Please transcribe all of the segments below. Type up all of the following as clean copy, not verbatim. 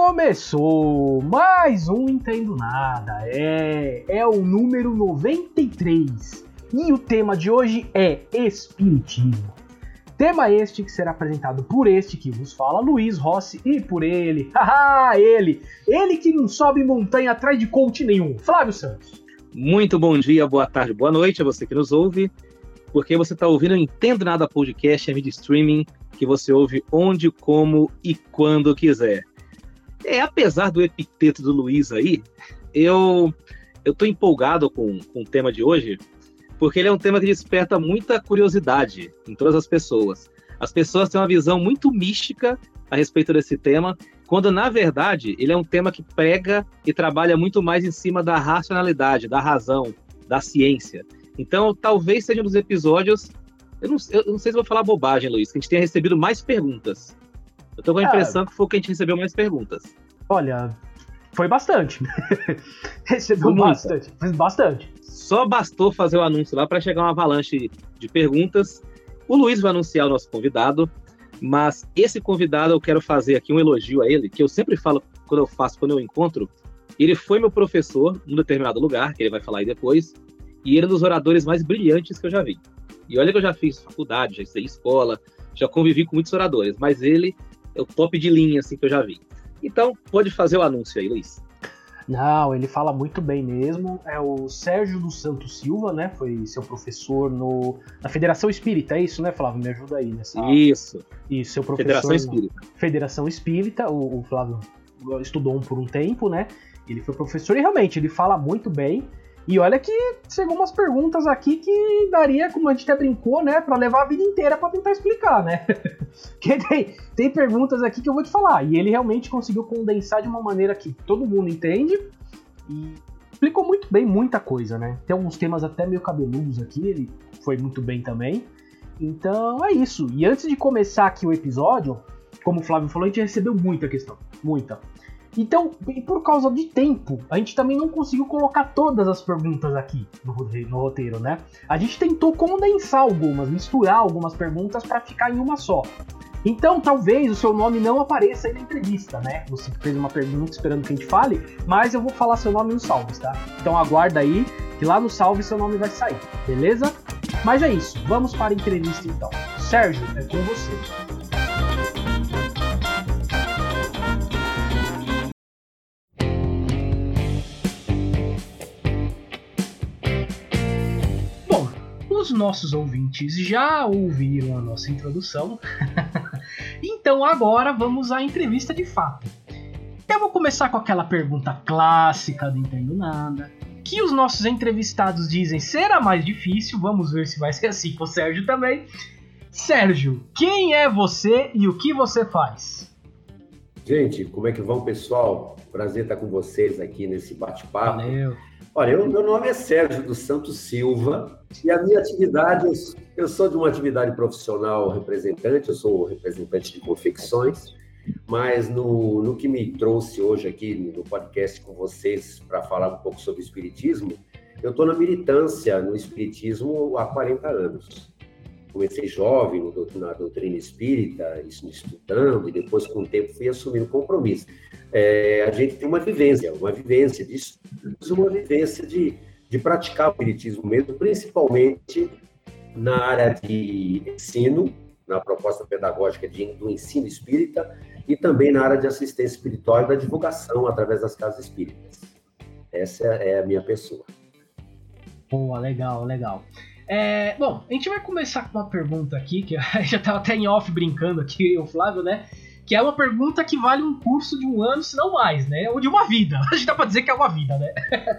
Começou mais um Entendo Nada, é o número 93 e o tema de hoje é Espiritismo. Tema este que será apresentado por este que vos fala, Luiz Rossi, e por ele, ele que não sobe montanha atrás de coach nenhum, Flávio Santos. Muito bom dia, boa tarde, boa noite a você que nos ouve, porque você está ouvindo o Entendo Nada Podcast, a mídia streaming que você ouve onde, como e quando quiser. Apesar do epiteto do Luiz aí, eu tô empolgado com o tema de hoje, porque ele é um tema que desperta muita curiosidade em todas as pessoas. As pessoas têm uma visão muito mística a respeito desse tema, quando, na verdade, ele é um tema que prega e trabalha muito mais em cima da racionalidade, da razão, da ciência. Então, talvez seja um dos episódios, eu não sei se vou falar bobagem, Luiz, que a gente tenha recebido mais perguntas. Eu tô com a impressão que foi o que a gente recebeu mais perguntas. Olha, foi bastante. Recebeu bastante. Só bastou fazer o anúncio lá para chegar uma avalanche de perguntas. O Luiz vai anunciar o nosso convidado, mas esse convidado eu quero fazer aqui um elogio a ele, que eu sempre falo quando eu encontro. Ele foi meu professor num determinado lugar, que ele vai falar aí depois, e ele é um dos oradores mais brilhantes que eu já vi. E olha que eu já fiz faculdade, já estudei escola, já convivi com muitos oradores, mas ele é o top de linha assim, que eu já vi. Então, pode fazer o anúncio aí, Luiz. Não, ele fala muito bem mesmo. É o Sérgio dos Santos Silva, né? Foi seu professor na Federação Espírita, é isso, né, Flávio? Me ajuda aí nessa. Isso, seu professor. Federação Espírita. Federação Espírita, o Flávio estudou por um tempo, né? Ele foi professor e realmente ele fala muito bem. E olha que chegou umas perguntas aqui que daria, como a gente até brincou, né, pra levar a vida inteira pra tentar explicar, né? Porque tem perguntas aqui que eu vou te falar. E ele realmente conseguiu condensar de uma maneira que todo mundo entende e explicou muito bem muita coisa, né? Tem alguns temas até meio cabeludos aqui, ele foi muito bem também. Então é isso. E antes de começar aqui o episódio, como o Flávio falou, a gente recebeu muita questão. Muita. Então, por causa de tempo, a gente também não conseguiu colocar todas as perguntas aqui no roteiro, né? A gente tentou condensar algumas, misturar algumas perguntas para ficar em uma só. Então, talvez o seu nome não apareça aí na entrevista, né? Você fez uma pergunta esperando que a gente fale, mas eu vou falar seu nome nos salves, tá? Então aguarda aí, que lá no salve seu nome vai sair, beleza? Mas é isso, vamos para a entrevista então. Sérgio, é com você. Os nossos ouvintes já ouviram a nossa introdução, então agora vamos à entrevista de fato. Eu vou começar com aquela pergunta clássica do Entendo Nada, que os nossos entrevistados dizem ser a mais difícil, vamos ver se vai ser assim com o Sérgio também. Sérgio, quem é você e o que você faz? Gente, como é que vão, pessoal? Prazer estar com vocês aqui nesse bate-papo. Valeu. Olha, meu nome é Sérgio dos Santos Silva e a minha atividade, eu sou de uma atividade profissional representante, eu sou representante de confecções, mas no que me trouxe hoje aqui no podcast com vocês para falar um pouco sobre espiritismo, eu estou na militância no espiritismo há 40 anos. Comecei jovem na doutrina espírita, estudando, e depois, com o tempo, fui assumindo compromisso. A gente tem uma vivência de estudos, uma vivência de praticar o espiritismo mesmo, principalmente na área de ensino, na proposta pedagógica do ensino espírita, e também na área de assistência espiritual e da divulgação através das casas espíritas. Essa é a minha pessoa. Boa, legal. Bom, a gente vai começar com uma pergunta aqui, que já estava até em off brincando aqui, o Flávio, né? Que é uma pergunta que vale um curso de um ano, se não mais, né? Ou de uma vida. A gente dá pra dizer que é uma vida, né?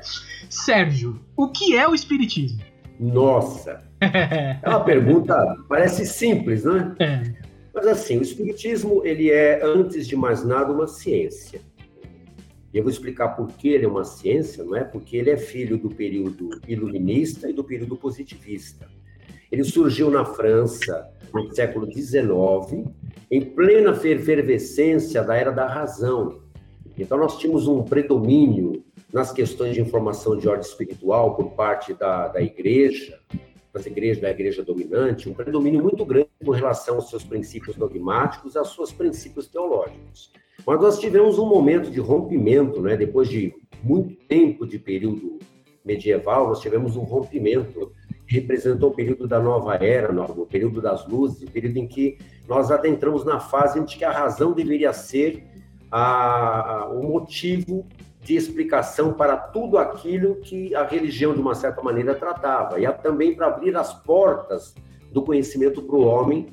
Sérgio, o que é o espiritismo? Nossa! É uma pergunta, parece simples, né? Mas assim, o espiritismo, ele é, antes de mais nada, uma ciência. E eu vou explicar por que ele é uma ciência, não é? Porque ele é filho do período iluminista e do período positivista. Ele surgiu na França no século XIX, em plena efervescência da Era da Razão. Então, nós tínhamos um predomínio nas questões de informação de ordem espiritual por parte da Igreja, da Igreja dominante, um predomínio muito grande com relação aos seus princípios dogmáticos, aos seus princípios teológicos. Mas nós tivemos um momento de rompimento, né? Depois de muito tempo de período medieval, nós tivemos um rompimento que representou o período da nova era, o período das luzes, o período em que nós adentramos na fase em que a razão deveria ser o motivo de explicação para tudo aquilo que a religião, de uma certa maneira, tratava. E também para abrir as portas do conhecimento para o homem,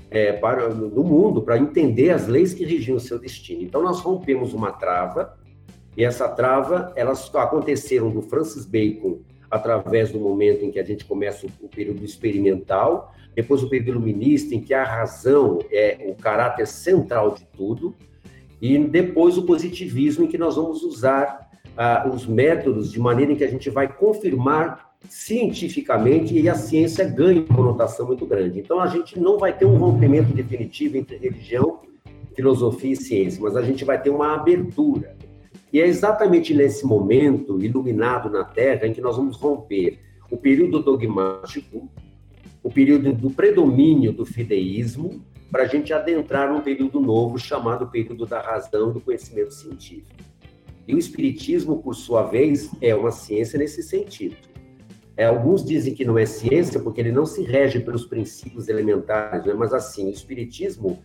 no mundo, para entender as leis que regiam o seu destino. Então, nós rompemos uma trava, e essa trava, elas aconteceram do Francis Bacon, através do momento em que a gente começa o período experimental, depois o período iluminista, em que a razão é o caráter central de tudo, e depois o positivismo, em que nós vamos usar os métodos de maneira em que a gente vai confirmar cientificamente, e a ciência ganha uma conotação muito grande. Então, a gente não vai ter um rompimento definitivo entre religião, filosofia e ciência, mas a gente vai ter uma abertura. E é exatamente nesse momento, iluminado na Terra, em que nós vamos romper o período dogmático, o período do predomínio do fideísmo, para a gente adentrar num período novo, chamado período da razão, do conhecimento científico. E o Espiritismo, por sua vez, é uma ciência nesse sentido. Alguns dizem que não é ciência, porque ele não se rege pelos princípios elementares, né? Mas assim, o Espiritismo,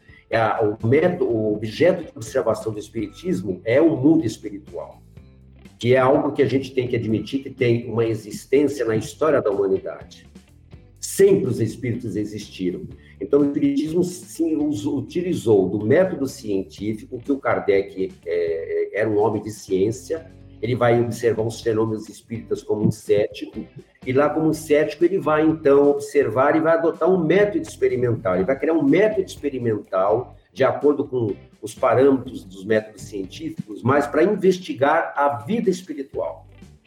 o objeto de observação do Espiritismo é o mundo espiritual, que é algo que a gente tem que admitir que tem uma existência na história da humanidade. Sempre os espíritos existiram. Então, o Espiritismo se utilizou do método científico, que o Kardec era um homem de ciência. Ele vai observar os fenômenos espíritas como um cético, e lá como um cético ele vai, então, observar e vai adotar um método experimental. Ele vai criar um método experimental de acordo com os parâmetros dos métodos científicos, mas para investigar a vida espiritual.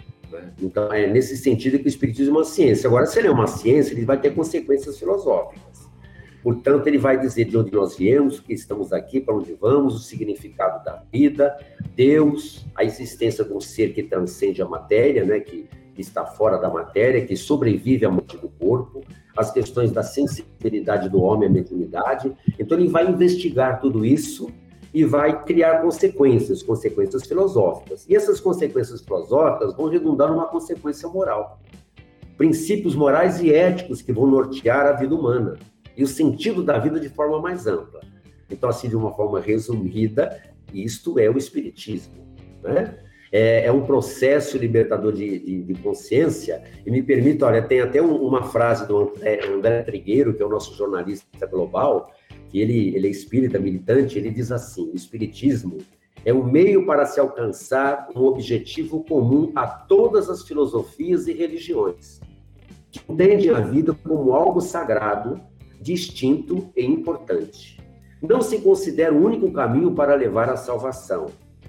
Então, é nesse sentido que o Espiritismo é uma ciência. Agora, se ele é uma ciência, ele vai ter consequências filosóficas. Portanto, ele vai dizer de onde nós viemos, que estamos aqui, para onde vamos, o significado da vida, Deus, a existência de um ser que transcende a matéria, né, que está fora da matéria, que sobrevive à morte do corpo, as questões da sensibilidade do homem à mediunidade. Então, ele vai investigar tudo isso e vai criar consequências filosóficas. E essas consequências filosóficas vão redundar numa consequência moral. Princípios morais e éticos que vão nortear a vida humana e o sentido da vida de forma mais ampla. Então, assim, de uma forma resumida, isto é o Espiritismo, né? É um processo libertador de consciência, e me permita, olha, tem até uma frase do André Trigueiro, que é o nosso jornalista global, que ele é espírita militante, ele diz assim: o Espiritismo é um meio para se alcançar um objetivo comum a todas as filosofias e religiões, que entendem a vida como algo sagrado, distinto e importante. Não se considera o único caminho para levar à salvação.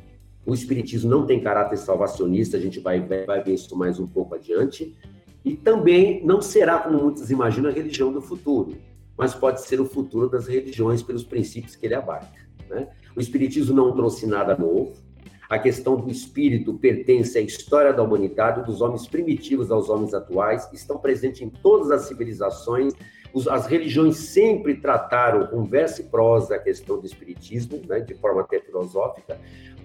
O Espiritismo não tem caráter salvacionista, a gente vai ver isso mais um pouco adiante, e também não será, como muitos imaginam, a religião do futuro, mas pode ser o futuro das religiões pelos princípios que ele abarca, né? O Espiritismo não trouxe nada novo. A questão do espírito pertence à história da humanidade, dos homens primitivos aos homens atuais, estão presentes em todas as civilizações. As religiões sempre trataram com verso e prosa a questão do espiritismo, né, de forma até filosófica,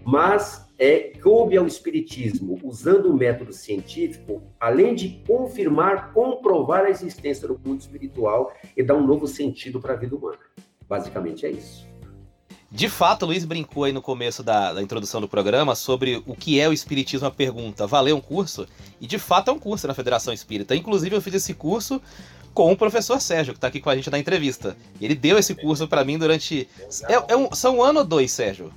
mas coube ao Espiritismo, usando o método científico, além de confirmar, comprovar a existência do mundo espiritual e dar um novo sentido para a vida humana. Basicamente é isso. De fato, o Luiz brincou aí no começo da introdução do programa sobre o que é o Espiritismo, a pergunta: valeu um curso? E de fato é um curso na Federação Espírita. Inclusive eu fiz esse curso com o professor Sérgio, que está aqui com a gente na entrevista. Ele deu esse curso para mim durante... São um ano ou dois, Sérgio?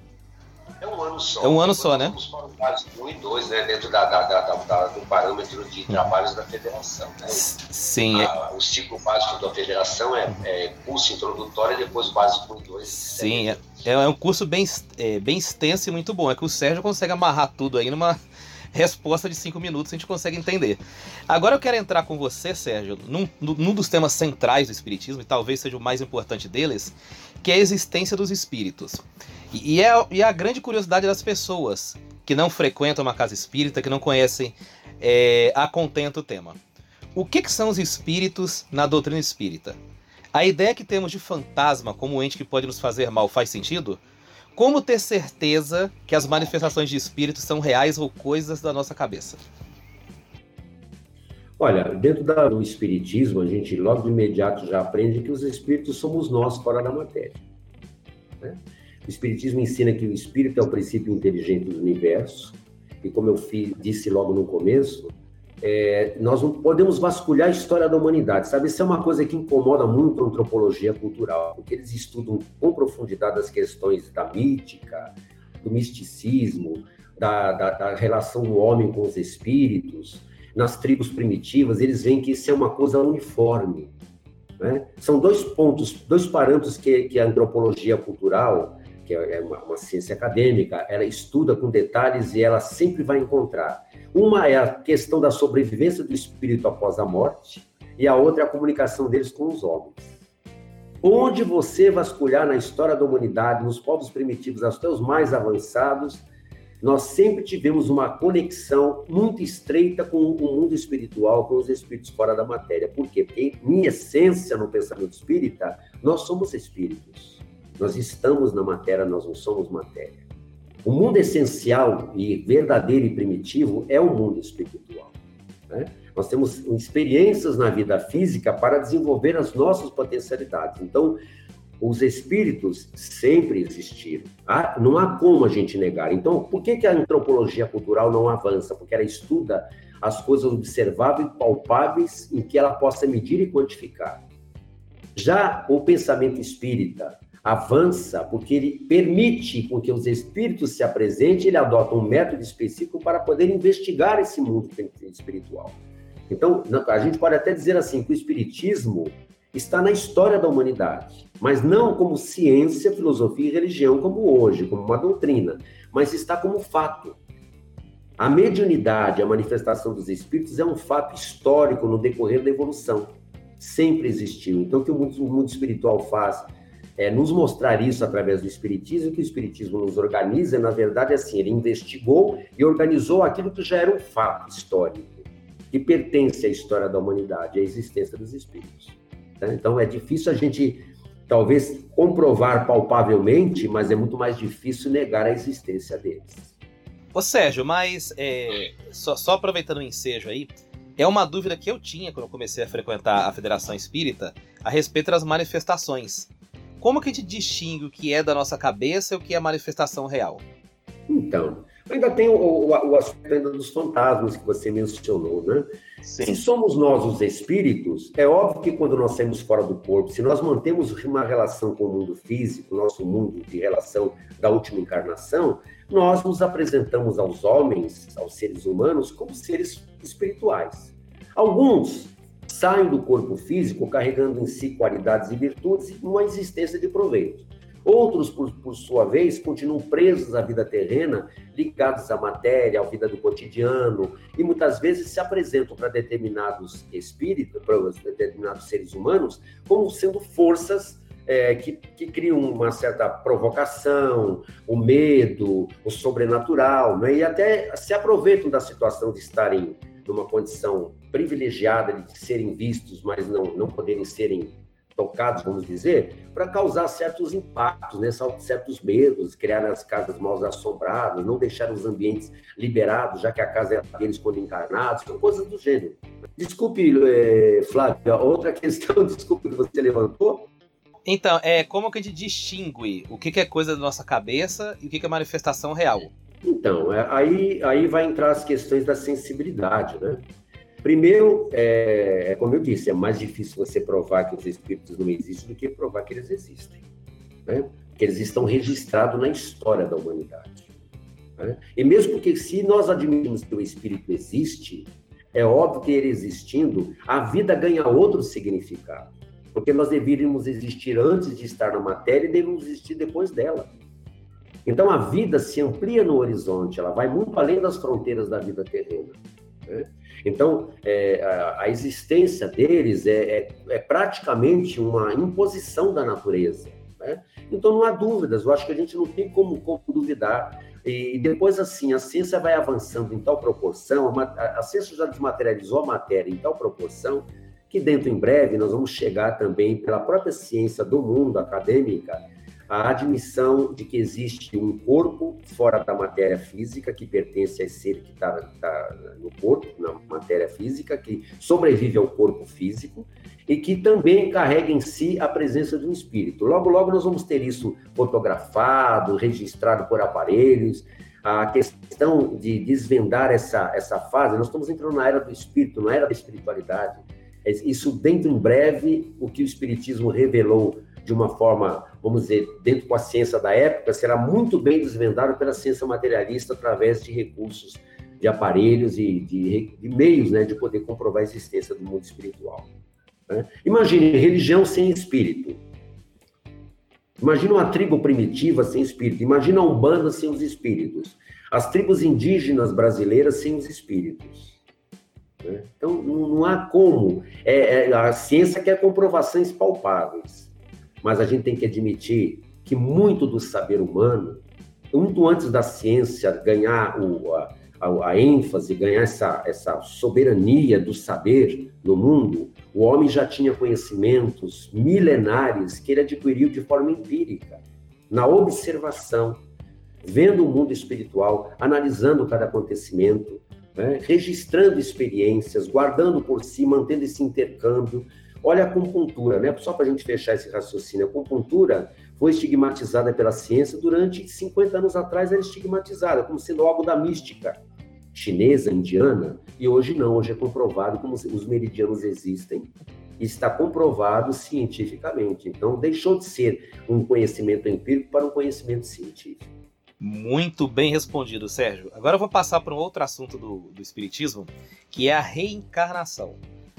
É um ano só. É um ano só, né? Os voluntários 1 e 2, né, dentro do parâmetro de trabalhos da federação. Né? Sim. O ciclo básico da federação é curso introdutório e depois básico 1 e 2. Sim, é um curso bem extenso e muito bom. É que o Sérgio consegue amarrar tudo aí numa resposta de 5 minutos, a gente consegue entender. Agora eu quero entrar com você, Sérgio, num dos temas centrais do Espiritismo, e talvez seja o mais importante deles, que é a existência dos espíritos. E é a grande curiosidade das pessoas que não frequentam uma casa espírita, que não conhecem a contento o tema. O que são os espíritos na doutrina espírita? A ideia que temos de fantasma como ente que pode nos fazer mal faz sentido? Como ter certeza que as manifestações de espíritos são reais ou coisas da nossa cabeça? Olha, dentro do espiritismo, a gente logo de imediato já aprende que os espíritos somos nós fora da matéria, né? O espiritismo ensina que o espírito é o princípio inteligente do universo, e como eu disse logo no começo, nós não podemos vasculhar a história da humanidade, sabe? Isso é uma coisa que incomoda muito a antropologia cultural, porque eles estudam com profundidade as questões da mítica, do misticismo, da relação do homem com os espíritos. Nas tribos primitivas, eles veem que isso é uma coisa uniforme, né? São dois parâmetros que a antropologia cultural, que é uma ciência acadêmica, ela estuda com detalhes e ela sempre vai encontrar. Uma é a questão da sobrevivência do espírito após a morte, e a outra é a comunicação deles com os homens. Onde você vasculhar na história da humanidade, nos povos primitivos, até os mais avançados, nós sempre tivemos uma conexão muito estreita com o mundo espiritual, com os espíritos fora da matéria. Por quê? Porque, em essência, no pensamento espírita, nós somos espíritos. Nós estamos na matéria, nós não somos matéria. O mundo essencial e verdadeiro e primitivo é o mundo espiritual, né? Nós temos experiências na vida física para desenvolver as nossas potencialidades. Então, os espíritos sempre existiram. Não há como a gente negar. Então, por que a antropologia cultural não avança? Porque ela estuda as coisas observáveis e palpáveis em que ela possa medir e quantificar. Já o pensamento espírita avança porque ele permite com que os espíritos se apresentem, ele adota um método específico para poder investigar esse mundo espiritual. Então, a gente pode até dizer assim, que o espiritismo está na história da humanidade, mas não como ciência, filosofia e religião como hoje, como uma doutrina, mas está como fato. A mediunidade, a manifestação dos espíritos é um fato histórico no decorrer da evolução. Sempre existiu. Então, o que o mundo espiritual faz é nos mostrar isso através do espiritismo, que o espiritismo nos organiza, na verdade, assim, ele investigou e organizou aquilo que já era um fato histórico, que pertence à história da humanidade, à existência dos espíritos. Então, é difícil a gente, talvez, comprovar palpavelmente, mas é muito mais difícil negar a existência deles. Ô Sérgio, mas só aproveitando o ensejo aí, é uma dúvida que eu tinha quando eu comecei a frequentar a Federação Espírita a respeito das manifestações. Como que a gente distingue o que é da nossa cabeça e o que é manifestação real? Então, ainda tem o aspecto ainda dos fantasmas que você mencionou, né? Sim. Se somos nós os espíritos, é óbvio que quando nós saímos fora do corpo, se nós mantemos uma relação com o mundo físico, nosso mundo de relação da última encarnação, nós nos apresentamos aos homens, aos seres humanos, como seres espirituais. Alguns saem do corpo físico carregando em si qualidades e virtudes e uma existência de proveito. Outros, por sua vez, continuam presos à vida terrena, ligados à matéria, à vida do cotidiano, e muitas vezes se apresentam para determinados espíritos, para determinados seres humanos, como sendo forças que criam uma certa provocação, o medo, o sobrenatural, né? E até se aproveitam da situação de estarem numa condição privilegiada de serem vistos, mas não poderem serem tocados, vamos dizer, para causar certos impactos, né? Certos medos, criar as casas mal assombradas, não deixar os ambientes liberados, já que a casa é deles quando encarnados, são coisas do gênero. Desculpe, Flávia, outra questão, desculpe, que você levantou. Então, como que a gente distingue o que é coisa da nossa cabeça e o que é manifestação real? Então, aí vai entrar as questões da sensibilidade, né? Primeiro, como eu disse, é mais difícil você provar que os espíritos não existem do que provar que eles existem, né? Que eles estão registrados na história da humanidade, né? E mesmo porque se nós admitimos que o espírito existe, é óbvio que ele existindo, a vida ganha outro significado. Porque nós deveríamos existir antes de estar na matéria e devemos existir depois dela. Então, a vida se amplia no horizonte, ela vai muito além das fronteiras da vida terrena, né? Então, a existência deles é praticamente uma imposição da natureza, né? Então, não há dúvidas, eu acho que a gente não tem como duvidar. E depois, assim, a ciência vai avançando em tal proporção, a ciência já desmaterializou a matéria em tal proporção, que dentro em breve nós vamos chegar também, pela própria ciência do mundo acadêmica, a admissão de que existe um corpo fora da matéria física, que pertence a esse ser que está no corpo, na matéria física, que sobrevive ao corpo físico, e que também carrega em si a presença de um espírito. Logo, logo nós vamos ter isso fotografado, registrado por aparelhos. A questão de desvendar essa fase, nós estamos entrando na era do espírito, na era da espiritualidade. Isso, dentro em breve, o que o espiritismo revelou de uma forma, vamos dizer, dentro com a ciência da época, será muito bem desvendado pela ciência materialista através de recursos, de aparelhos e de meios, né, de poder comprovar a existência do mundo espiritual. Né? Imagine religião sem espírito. Imagina uma tribo primitiva sem espírito. Imagina a Umbanda sem os espíritos. As tribos indígenas brasileiras sem os espíritos. Né? Então, não há como. A ciência quer comprovações palpáveis. Mas a gente tem que admitir que muito do saber humano, muito antes da ciência ganhar a ênfase, ganhar essa soberania do saber no mundo, o homem já tinha conhecimentos milenares que ele adquiriu de forma empírica, na observação, vendo o mundo espiritual, analisando cada acontecimento, né, registrando experiências, guardando por si, mantendo esse intercâmbio. Olha a acupuntura, né? Só para a gente fechar esse raciocínio, a acupuntura foi estigmatizada pela ciência durante 50 anos atrás, era estigmatizada como sendo algo da mística chinesa, indiana, e hoje não, hoje é comprovado como os meridianos existem, e está comprovado cientificamente. Então, deixou de ser um conhecimento empírico para um conhecimento científico. Muito bem respondido, Sérgio. Agora eu vou passar para um outro assunto do espiritismo, que é a reencarnação.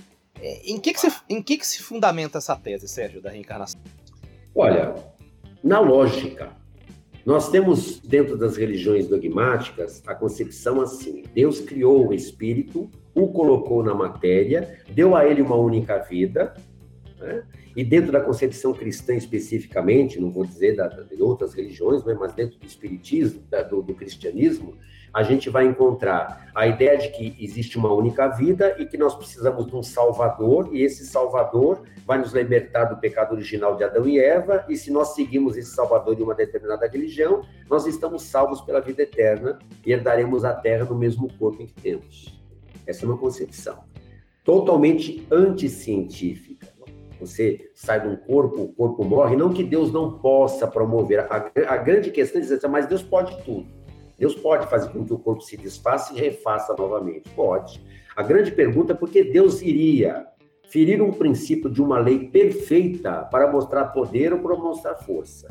Em que se fundamenta essa tese, Sérgio, da reencarnação? Olha, na lógica, nós temos dentro das religiões dogmáticas a concepção assim: Deus criou o espírito, o colocou na matéria, deu a ele uma única vida, né? E dentro da concepção cristã especificamente, não vou dizer de outras religiões, né? Mas dentro do espiritismo, do cristianismo, a gente vai encontrar a ideia de que existe uma única vida e que nós precisamos de um Salvador, e esse Salvador vai nos libertar do pecado original de Adão e Eva, e se nós seguimos esse Salvador de uma determinada religião, nós estamos salvos pela vida eterna e herdaremos a terra no mesmo corpo em que temos. Essa é uma concepção totalmente anticientífica. Você sai de um corpo, o corpo morre, não que Deus não possa promover. A grande questão é dizer, mas Deus pode tudo. Deus pode fazer com que o corpo se desfaça e refaça novamente. Pode. A grande pergunta é por que Deus iria ferir um princípio de uma lei perfeita para mostrar poder ou para mostrar força.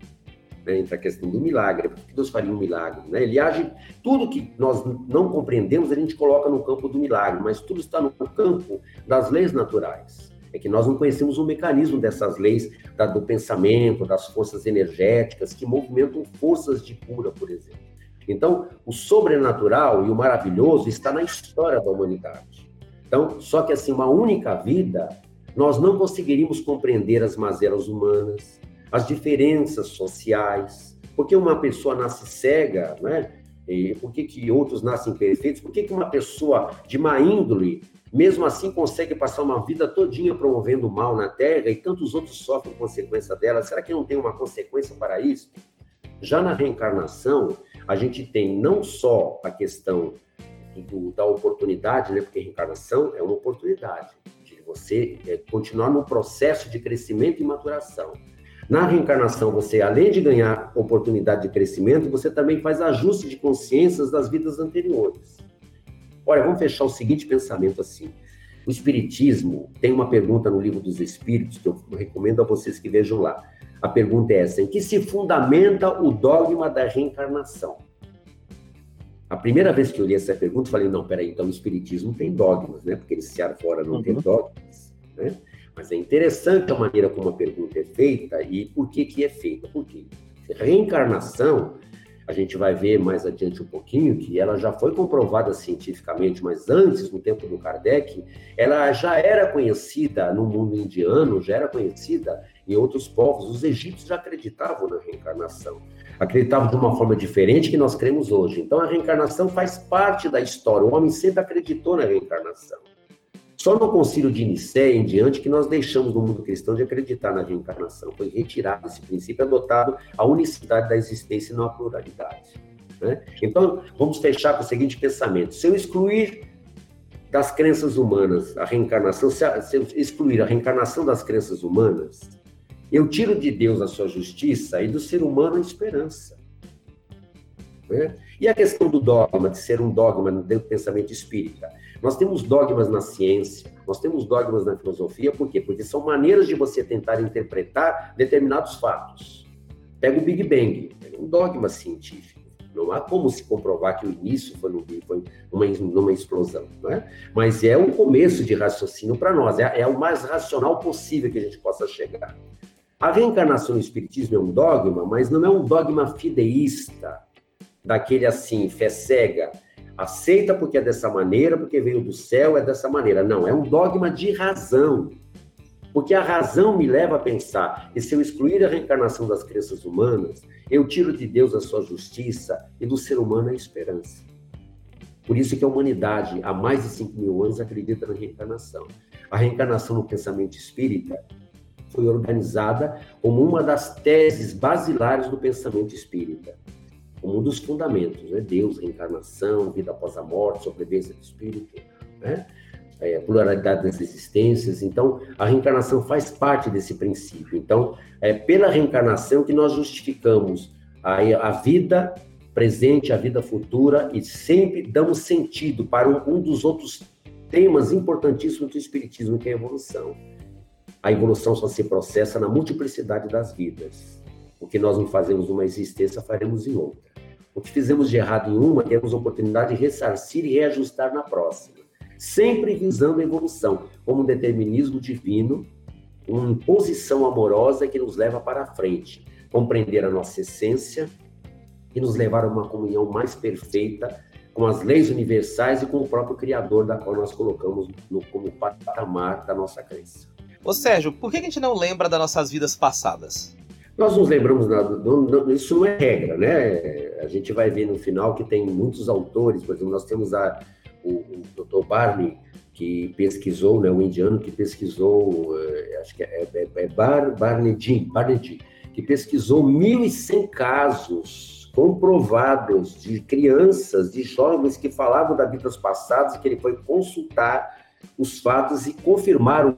Né? Entra a questão do milagre. Por que Deus faria um milagre? Né? Ele age... Tudo que nós não compreendemos, a gente coloca no campo do milagre, mas tudo está no campo das leis naturais. É que nós não conhecemos o mecanismo dessas leis, do pensamento, das forças energéticas, que movimentam forças de cura, por exemplo. Então, o sobrenatural e o maravilhoso está na história da humanidade. Então, só que assim, uma única vida, nós não conseguiríamos compreender as mazelas humanas, as diferenças sociais, porque uma pessoa nasce cega, né? E por que outros nascem perfeitos? Por que uma pessoa de má índole, mesmo assim, consegue passar uma vida todinha promovendo o mal na Terra e tantos outros sofrem consequência dela? Será que não tem uma consequência para isso? Já na reencarnação, a gente tem não só a questão da oportunidade, né? Porque a reencarnação é uma oportunidade de você continuar no processo de crescimento e maturação. Na reencarnação, você, além de ganhar oportunidade de crescimento, você também faz ajuste de consciências das vidas anteriores. Olha, vamos fechar o seguinte pensamento assim. O Espiritismo tem uma pergunta no Livro dos Espíritos, que eu recomendo a vocês que vejam lá. A pergunta é essa: em que se fundamenta o dogma da reencarnação? A primeira vez que eu li essa pergunta, eu falei, não, peraí, então o Espiritismo tem dogmas, né? Porque esse ar fora não tem dogmas, né? Mas é interessante a maneira como a pergunta é feita e por que é feita. Por quê? Reencarnação, a gente vai ver mais adiante um pouquinho, que ela já foi comprovada cientificamente, mas antes, no tempo do Kardec, ela já era conhecida no mundo indiano, já era conhecida em outros povos. Os egípcios já acreditavam na reencarnação. Acreditavam de uma forma diferente que nós cremos hoje. Então, a reencarnação faz parte da história. O homem sempre acreditou na reencarnação. Só no Concílio de Nicéia em diante que nós deixamos no mundo cristão de acreditar na reencarnação. Foi retirado esse princípio, adotado a unicidade da existência e não a pluralidade. Né? Então, vamos fechar com o seguinte pensamento. Se eu excluir das crenças humanas a reencarnação, se eu excluir a reencarnação das crenças humanas, eu tiro de Deus a sua justiça e do ser humano a esperança. Né? E a questão do dogma, de ser um dogma dentro do pensamento espírita? Nós temos dogmas na ciência, nós temos dogmas na filosofia, por quê? Porque são maneiras de você tentar interpretar determinados fatos. Pega o Big Bang, é um dogma científico. Não há como se comprovar que o início foi numa explosão, não é? Mas é um começo de raciocínio para nós, é o mais racional possível que a gente possa chegar. A reencarnação no espiritismo é um dogma, mas não é um dogma fideísta, daquele assim, fé cega, aceita porque é dessa maneira, porque veio do céu, é dessa maneira. Não, é um dogma de razão, porque a razão me leva a pensar, e se eu excluir a reencarnação das crenças humanas, eu tiro de Deus a sua justiça e do ser humano a esperança. Por isso que a humanidade, há mais de 5.000 anos, acredita na reencarnação. A reencarnação no pensamento espírita foi organizada como uma das teses basilares do pensamento espírita, como um dos fundamentos, né? Deus, reencarnação, vida após a morte, sobrevivência do espírito, né? Pluralidade das existências. Então, a reencarnação faz parte desse princípio. Então, é pela reencarnação que nós justificamos a vida presente, a vida futura, e sempre damos sentido para um dos outros temas importantíssimos do espiritismo, que é a evolução. A evolução só se processa na multiplicidade das vidas. O que nós não fazemos numa existência, faremos em outra. O que fizemos de errado em uma, temos a oportunidade de ressarcir e reajustar na próxima. Sempre visando a evolução, como um determinismo divino, uma imposição amorosa que nos leva para a frente, compreender a nossa essência e nos levar a uma comunhão mais perfeita com as leis universais e com o próprio Criador, da qual nós colocamos como patamar da nossa crença. Ô Sérgio, por que a gente não lembra das nossas vidas passadas? Nós nos lembramos, isso não é regra, né? A gente vai ver no final que tem muitos autores, por exemplo, nós temos o Dr. Barney, que pesquisou, né, o indiano que pesquisou, acho que Barney, que pesquisou 1.100 casos comprovados de crianças, de jovens que falavam das vidas passadas, que ele foi consultar os fatos e confirmaram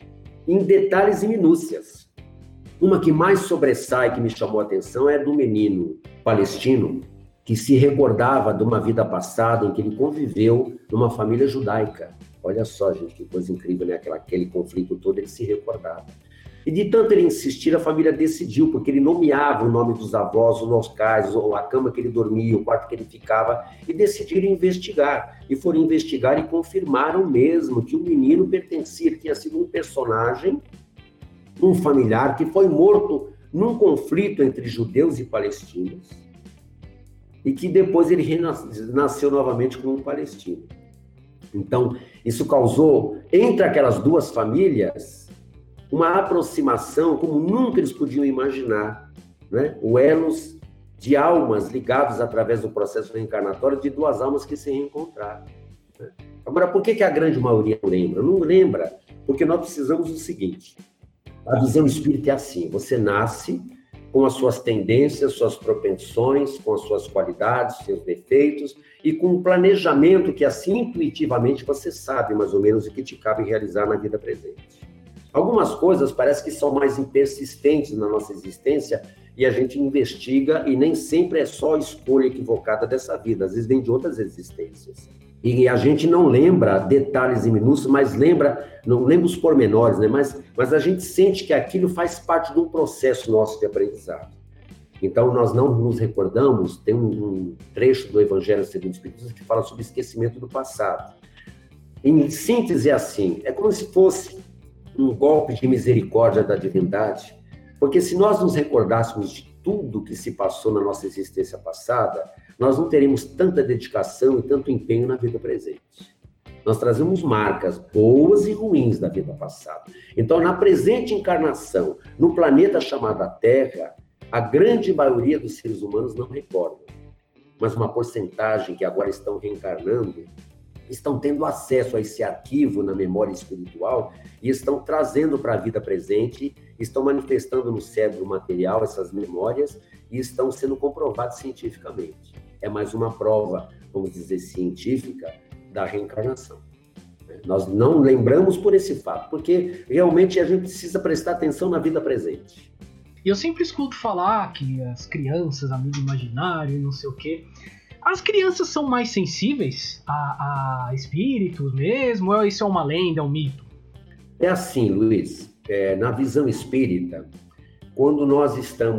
em detalhes e minúcias. Uma que mais sobressai, que me chamou a atenção, é do menino palestino, que se recordava de uma vida passada em que ele conviveu numa família judaica. Olha só, gente, que coisa incrível, né? Aquele conflito todo, ele se recordava. E de tanto ele insistir, a família decidiu, porque ele nomeava o nome dos avós, os locais, a cama que ele dormia, o quarto que ele ficava, e decidiram investigar. E foram investigar e confirmaram mesmo que o menino pertencia, que tinha sido um personagem, um familiar, que foi morto num conflito entre judeus e palestinos, e que depois ele renasceu novamente como um palestino. Então, isso causou, entre aquelas duas famílias, uma aproximação como nunca eles podiam imaginar, né? O elos de almas ligados através do processo reencarnatório de duas almas que se reencontraram. Né? Agora, por que a grande maioria não lembra? Não lembra porque nós precisamos do seguinte: a visão espírita é assim, você nasce com as suas tendências, suas propensões, com as suas qualidades, seus defeitos, e com um planejamento que assim intuitivamente você sabe mais ou menos o que te cabe realizar na vida presente. Algumas coisas parece que são mais persistentes na nossa existência e a gente investiga e nem sempre é só a escolha equivocada dessa vida, às vezes vem de outras existências. E a gente não lembra detalhes e minúcias, mas não lembra os pormenores, né? Mas a gente sente que aquilo faz parte de um processo nosso de aprendizado. Então, nós não nos recordamos, tem um trecho do Evangelho segundo o Espiritismo que fala sobre o esquecimento do passado. Em síntese, é assim, é como se fosse um golpe de misericórdia da divindade, porque se nós nos recordássemos de tudo que se passou na nossa existência passada, nós não teríamos tanta dedicação e tanto empenho na vida presente. Nós trazemos marcas boas e ruins da vida passada. Então, na presente encarnação, no planeta chamado Terra, a grande maioria dos seres humanos não recordam. Mas uma porcentagem que agora estão reencarnando estão tendo acesso a esse arquivo na memória espiritual e estão trazendo para a vida presente, estão manifestando no cérebro material essas memórias e estão sendo comprovados cientificamente. É mais uma prova, vamos dizer, científica da reencarnação. Nós não lembramos por esse fato, porque realmente a gente precisa prestar atenção na vida presente. E eu sempre escuto falar que as crianças, amigo imaginário, não sei o quê. As crianças são mais sensíveis a espíritos mesmo? Ou isso é uma lenda, é um mito? É assim, Luiz, na visão espírita, quando nós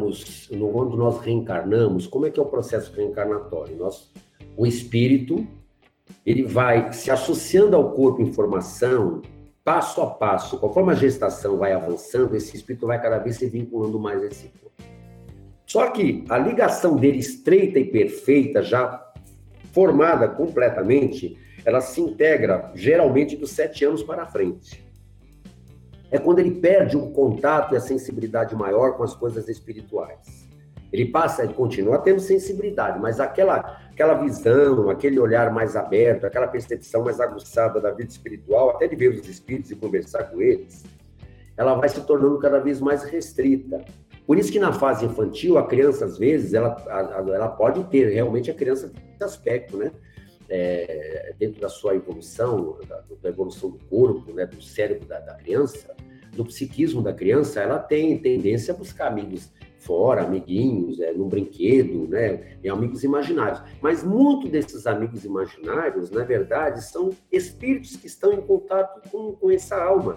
reencarnamos, como é que é o processo reencarnatório? O espírito, ele vai se associando ao corpo em formação, passo a passo, conforme a gestação vai avançando, esse espírito vai cada vez se vinculando mais a esse corpo. Só que a ligação dele estreita e perfeita, já formada completamente, ela se integra geralmente dos 7 anos para frente. É quando ele perde o contato e a sensibilidade maior com as coisas espirituais. Ele continua tendo sensibilidade, mas aquela visão, aquele olhar mais aberto, aquela percepção mais aguçada da vida espiritual, até de ver os espíritos e conversar com eles, ela vai se tornando cada vez mais restrita. Por isso que na fase infantil, a criança, às vezes, ela pode ter, realmente a criança tem esse aspecto, né? Dentro da sua evolução, da evolução do corpo, né? Do cérebro da criança, do psiquismo da criança, ela tem tendência a buscar amigos fora, amiguinhos, num brinquedo, né? Em amigos imaginários. Mas muito desses amigos imaginários, na verdade, são espíritos que estão em contato com essa alma,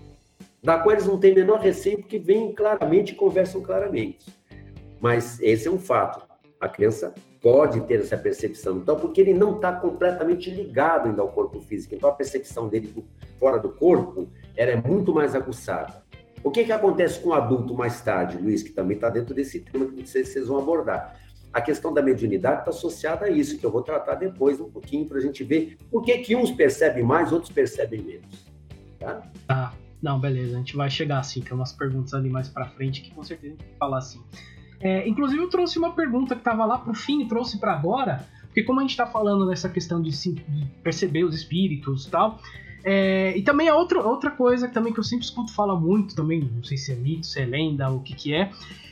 da qual eles não têm menor receio, porque vêm claramente e conversam claramente. Mas esse é um fato. A criança pode ter essa percepção. Então, porque ele não está completamente ligado ainda ao corpo físico. Então, a percepção dele fora do corpo é muito mais aguçada. O que acontece com o adulto mais tarde, Luiz, que também está dentro desse tema que vocês vão abordar? A questão da mediunidade está associada a isso, que eu vou tratar depois um pouquinho para a gente ver por que uns percebem mais, outros percebem menos. Tá? Não, beleza, a gente vai chegar assim, tem umas perguntas ali mais pra frente que com certeza a gente vai falar assim. Inclusive eu trouxe uma pergunta que tava lá pro fim e trouxe pra agora, porque como a gente tá falando dessa questão de perceber os espíritos e tal, e também a outra coisa também que eu sempre escuto falar muito também, não sei se é mito, se é lenda, o que é,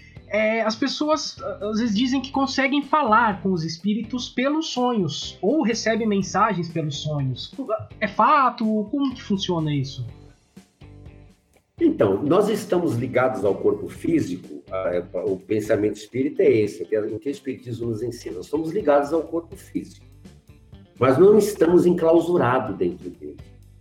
as pessoas às vezes dizem que conseguem falar com os espíritos pelos sonhos, ou recebem mensagens pelos sonhos. É fato? Como que funciona isso? Então, nós estamos ligados ao corpo físico, o pensamento espírita é esse, o que o espiritismo nos ensina. Nós estamos ligados ao corpo físico, mas não estamos enclausurados dentro dele.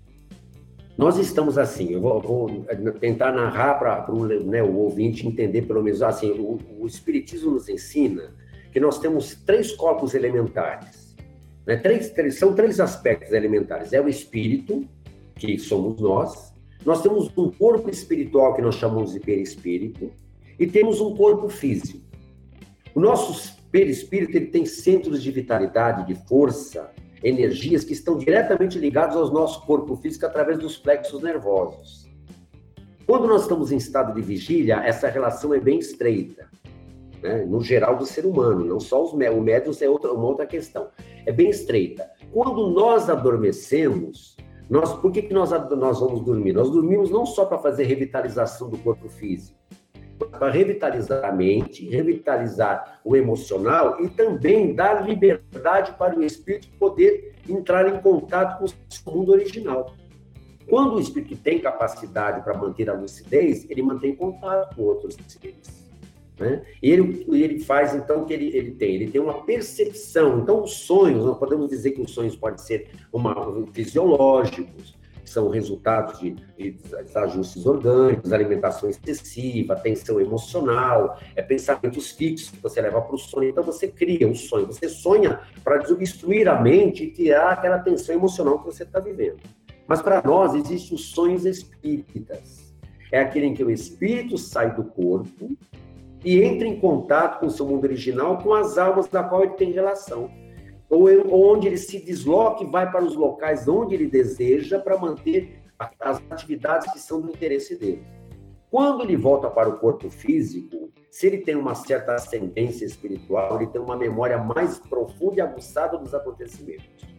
Nós estamos assim, eu vou tentar narrar para o ouvinte entender pelo menos assim, o espiritismo nos ensina que nós temos 3 corpos elementares, né? São 3 aspectos elementares, é o espírito, que somos nós temos um corpo espiritual que nós chamamos de perispírito e temos um corpo físico. O nosso perispírito ele tem centros de vitalidade, de força, energias que estão diretamente ligados ao nosso corpo físico através dos plexos nervosos. Quando nós estamos em estado de vigília, essa relação é bem estreita, né? No geral do ser humano, não só o médium é uma outra questão. É bem estreita. Quando nós adormecemos, por que nós vamos dormir? Nós dormimos não só para fazer revitalização do corpo físico, para revitalizar a mente, revitalizar o emocional e também dar liberdade para o espírito poder entrar em contato com o seu mundo original. Quando o espírito tem capacidade para manter a lucidez, ele mantém contato com outros seres, né? E ele faz, então, o que ele tem uma percepção. Então, os sonhos, nós podemos dizer que os sonhos podem ser fisiológicos, são resultados de desajustes orgânicos, alimentação excessiva, tensão emocional, pensamentos fixos que você leva para o sonho. Então, você cria um sonho, você sonha para desobstruir a mente e tirar aquela tensão emocional que você está vivendo. Mas, para nós, existem os sonhos espíritas. É aquele em que o espírito sai do corpo e entra em contato com o seu mundo original, com as almas da qual ele tem relação. Ou onde ele se desloca e vai para os locais onde ele deseja para manter as atividades que são do interesse dele. Quando ele volta para o corpo físico, se ele tem uma certa ascendência espiritual, ele tem uma memória mais profunda e aguçada dos acontecimentos.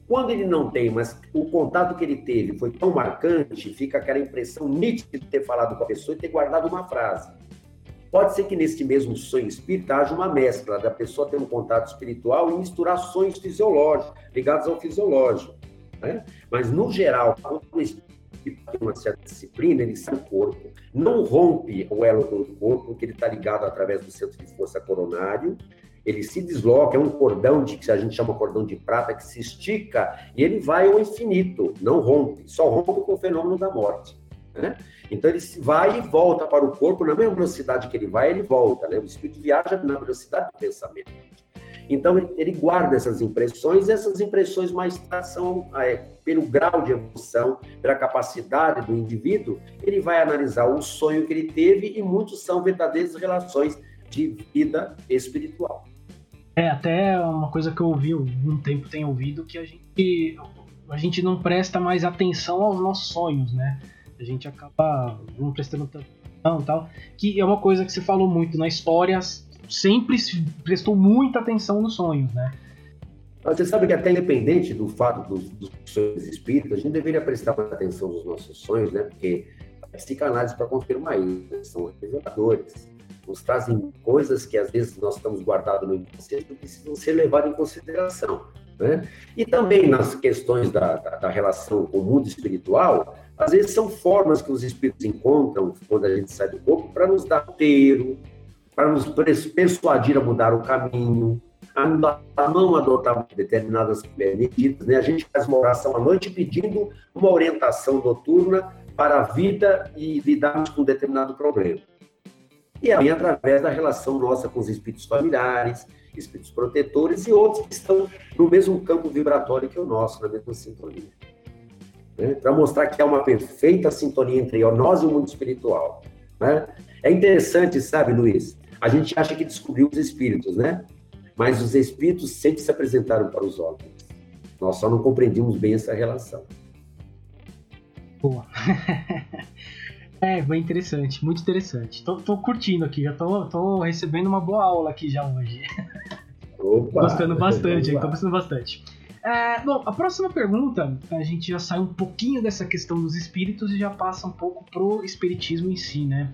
Quando ele não tem, mas o contato que ele teve foi tão marcante, fica aquela impressão nítida de ter falado com a pessoa e ter guardado uma frase. Pode ser que nesse mesmo sonho espírita haja uma mescla da pessoa ter um contato espiritual e misturar sonhos fisiológicos, ligados ao fisiológico, né? Mas, no geral, quando o espírito tem uma certa disciplina, ele sai do corpo, não rompe o elo do corpo, porque ele está ligado através do centro de força coronário, ele se desloca, é um cordão que a gente chama cordão de prata, que se estica e ele vai ao infinito, não rompe, só rompe com o fenômeno da morte, né? Então ele vai e volta para o corpo, na mesma velocidade que ele vai, ele volta, né? O espírito viaja na velocidade do pensamento. Então ele guarda essas impressões, e essas impressões mais são, pelo grau de evolução, pela capacidade do indivíduo, ele vai analisar o sonho que ele teve, e muitos são verdadeiras relações de vida espiritual. Até uma coisa que eu ouvi um tempo, tenho ouvido, que a gente não presta mais atenção aos nossos sonhos, né? A gente acaba não prestando atenção e tal, que é uma coisa que você falou muito na história, sempre se prestou muita atenção nos sonhos, né? Você sabe que até independente do fato dos sonhos espíritas, a gente deveria prestar mais atenção nos nossos sonhos, né? Porque a psicanálise para confirmar isso, né? São reveladores, nos trazem coisas que às vezes nós estamos guardados no inconsciente que precisam ser levadas em consideração, né? E também nas questões da relação com o mundo espiritual, às vezes são formas que os espíritos encontram quando a gente sai do corpo para nos dar roteiro, para nos persuadir a mudar o caminho, a não adotar determinadas medidas, né? A gente faz uma oração à noite pedindo uma orientação noturna para a vida e lidarmos com um determinado problema. E aí, através da relação nossa com os espíritos familiares, espíritos protetores e outros que estão no mesmo campo vibratório que o nosso, na mesma sintonia, né? Para mostrar que há uma perfeita sintonia entre nós e o mundo espiritual, né? É interessante, sabe, Luiz? A gente acha que descobriu os espíritos, né? Mas os espíritos sempre se apresentaram para os homens. Nós só não compreendíamos bem essa relação. Boa. Bem interessante, muito interessante. Tô curtindo aqui, já tô recebendo uma boa aula aqui já hoje. Opa, gostando bastante, tô gostando bastante. Bom, a próxima pergunta, a gente já sai um pouquinho dessa questão dos espíritos e já passa um pouco pro espiritismo em si, né?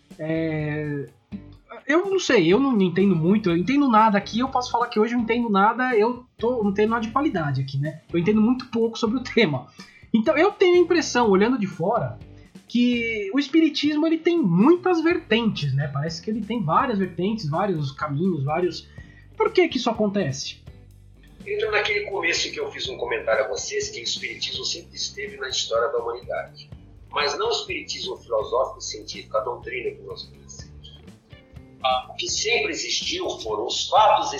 Eu não sei, eu não entendo muito, eu entendo nada aqui, eu posso falar que hoje eu não entendo nada, não tenho nada de qualidade aqui, né? Eu entendo muito pouco sobre o tema. Então eu tenho a impressão, olhando de fora, que o espiritismo ele tem muitas vertentes, né? Parece que ele tem várias vertentes, vários caminhos, vários... Por que isso acontece? Entra naquele começo que eu fiz um comentário a vocês, que o espiritismo sempre esteve na história da humanidade. Mas não o espiritismo filosófico científico, a doutrina que nós conhecemos. O que sempre existiu foram os fatos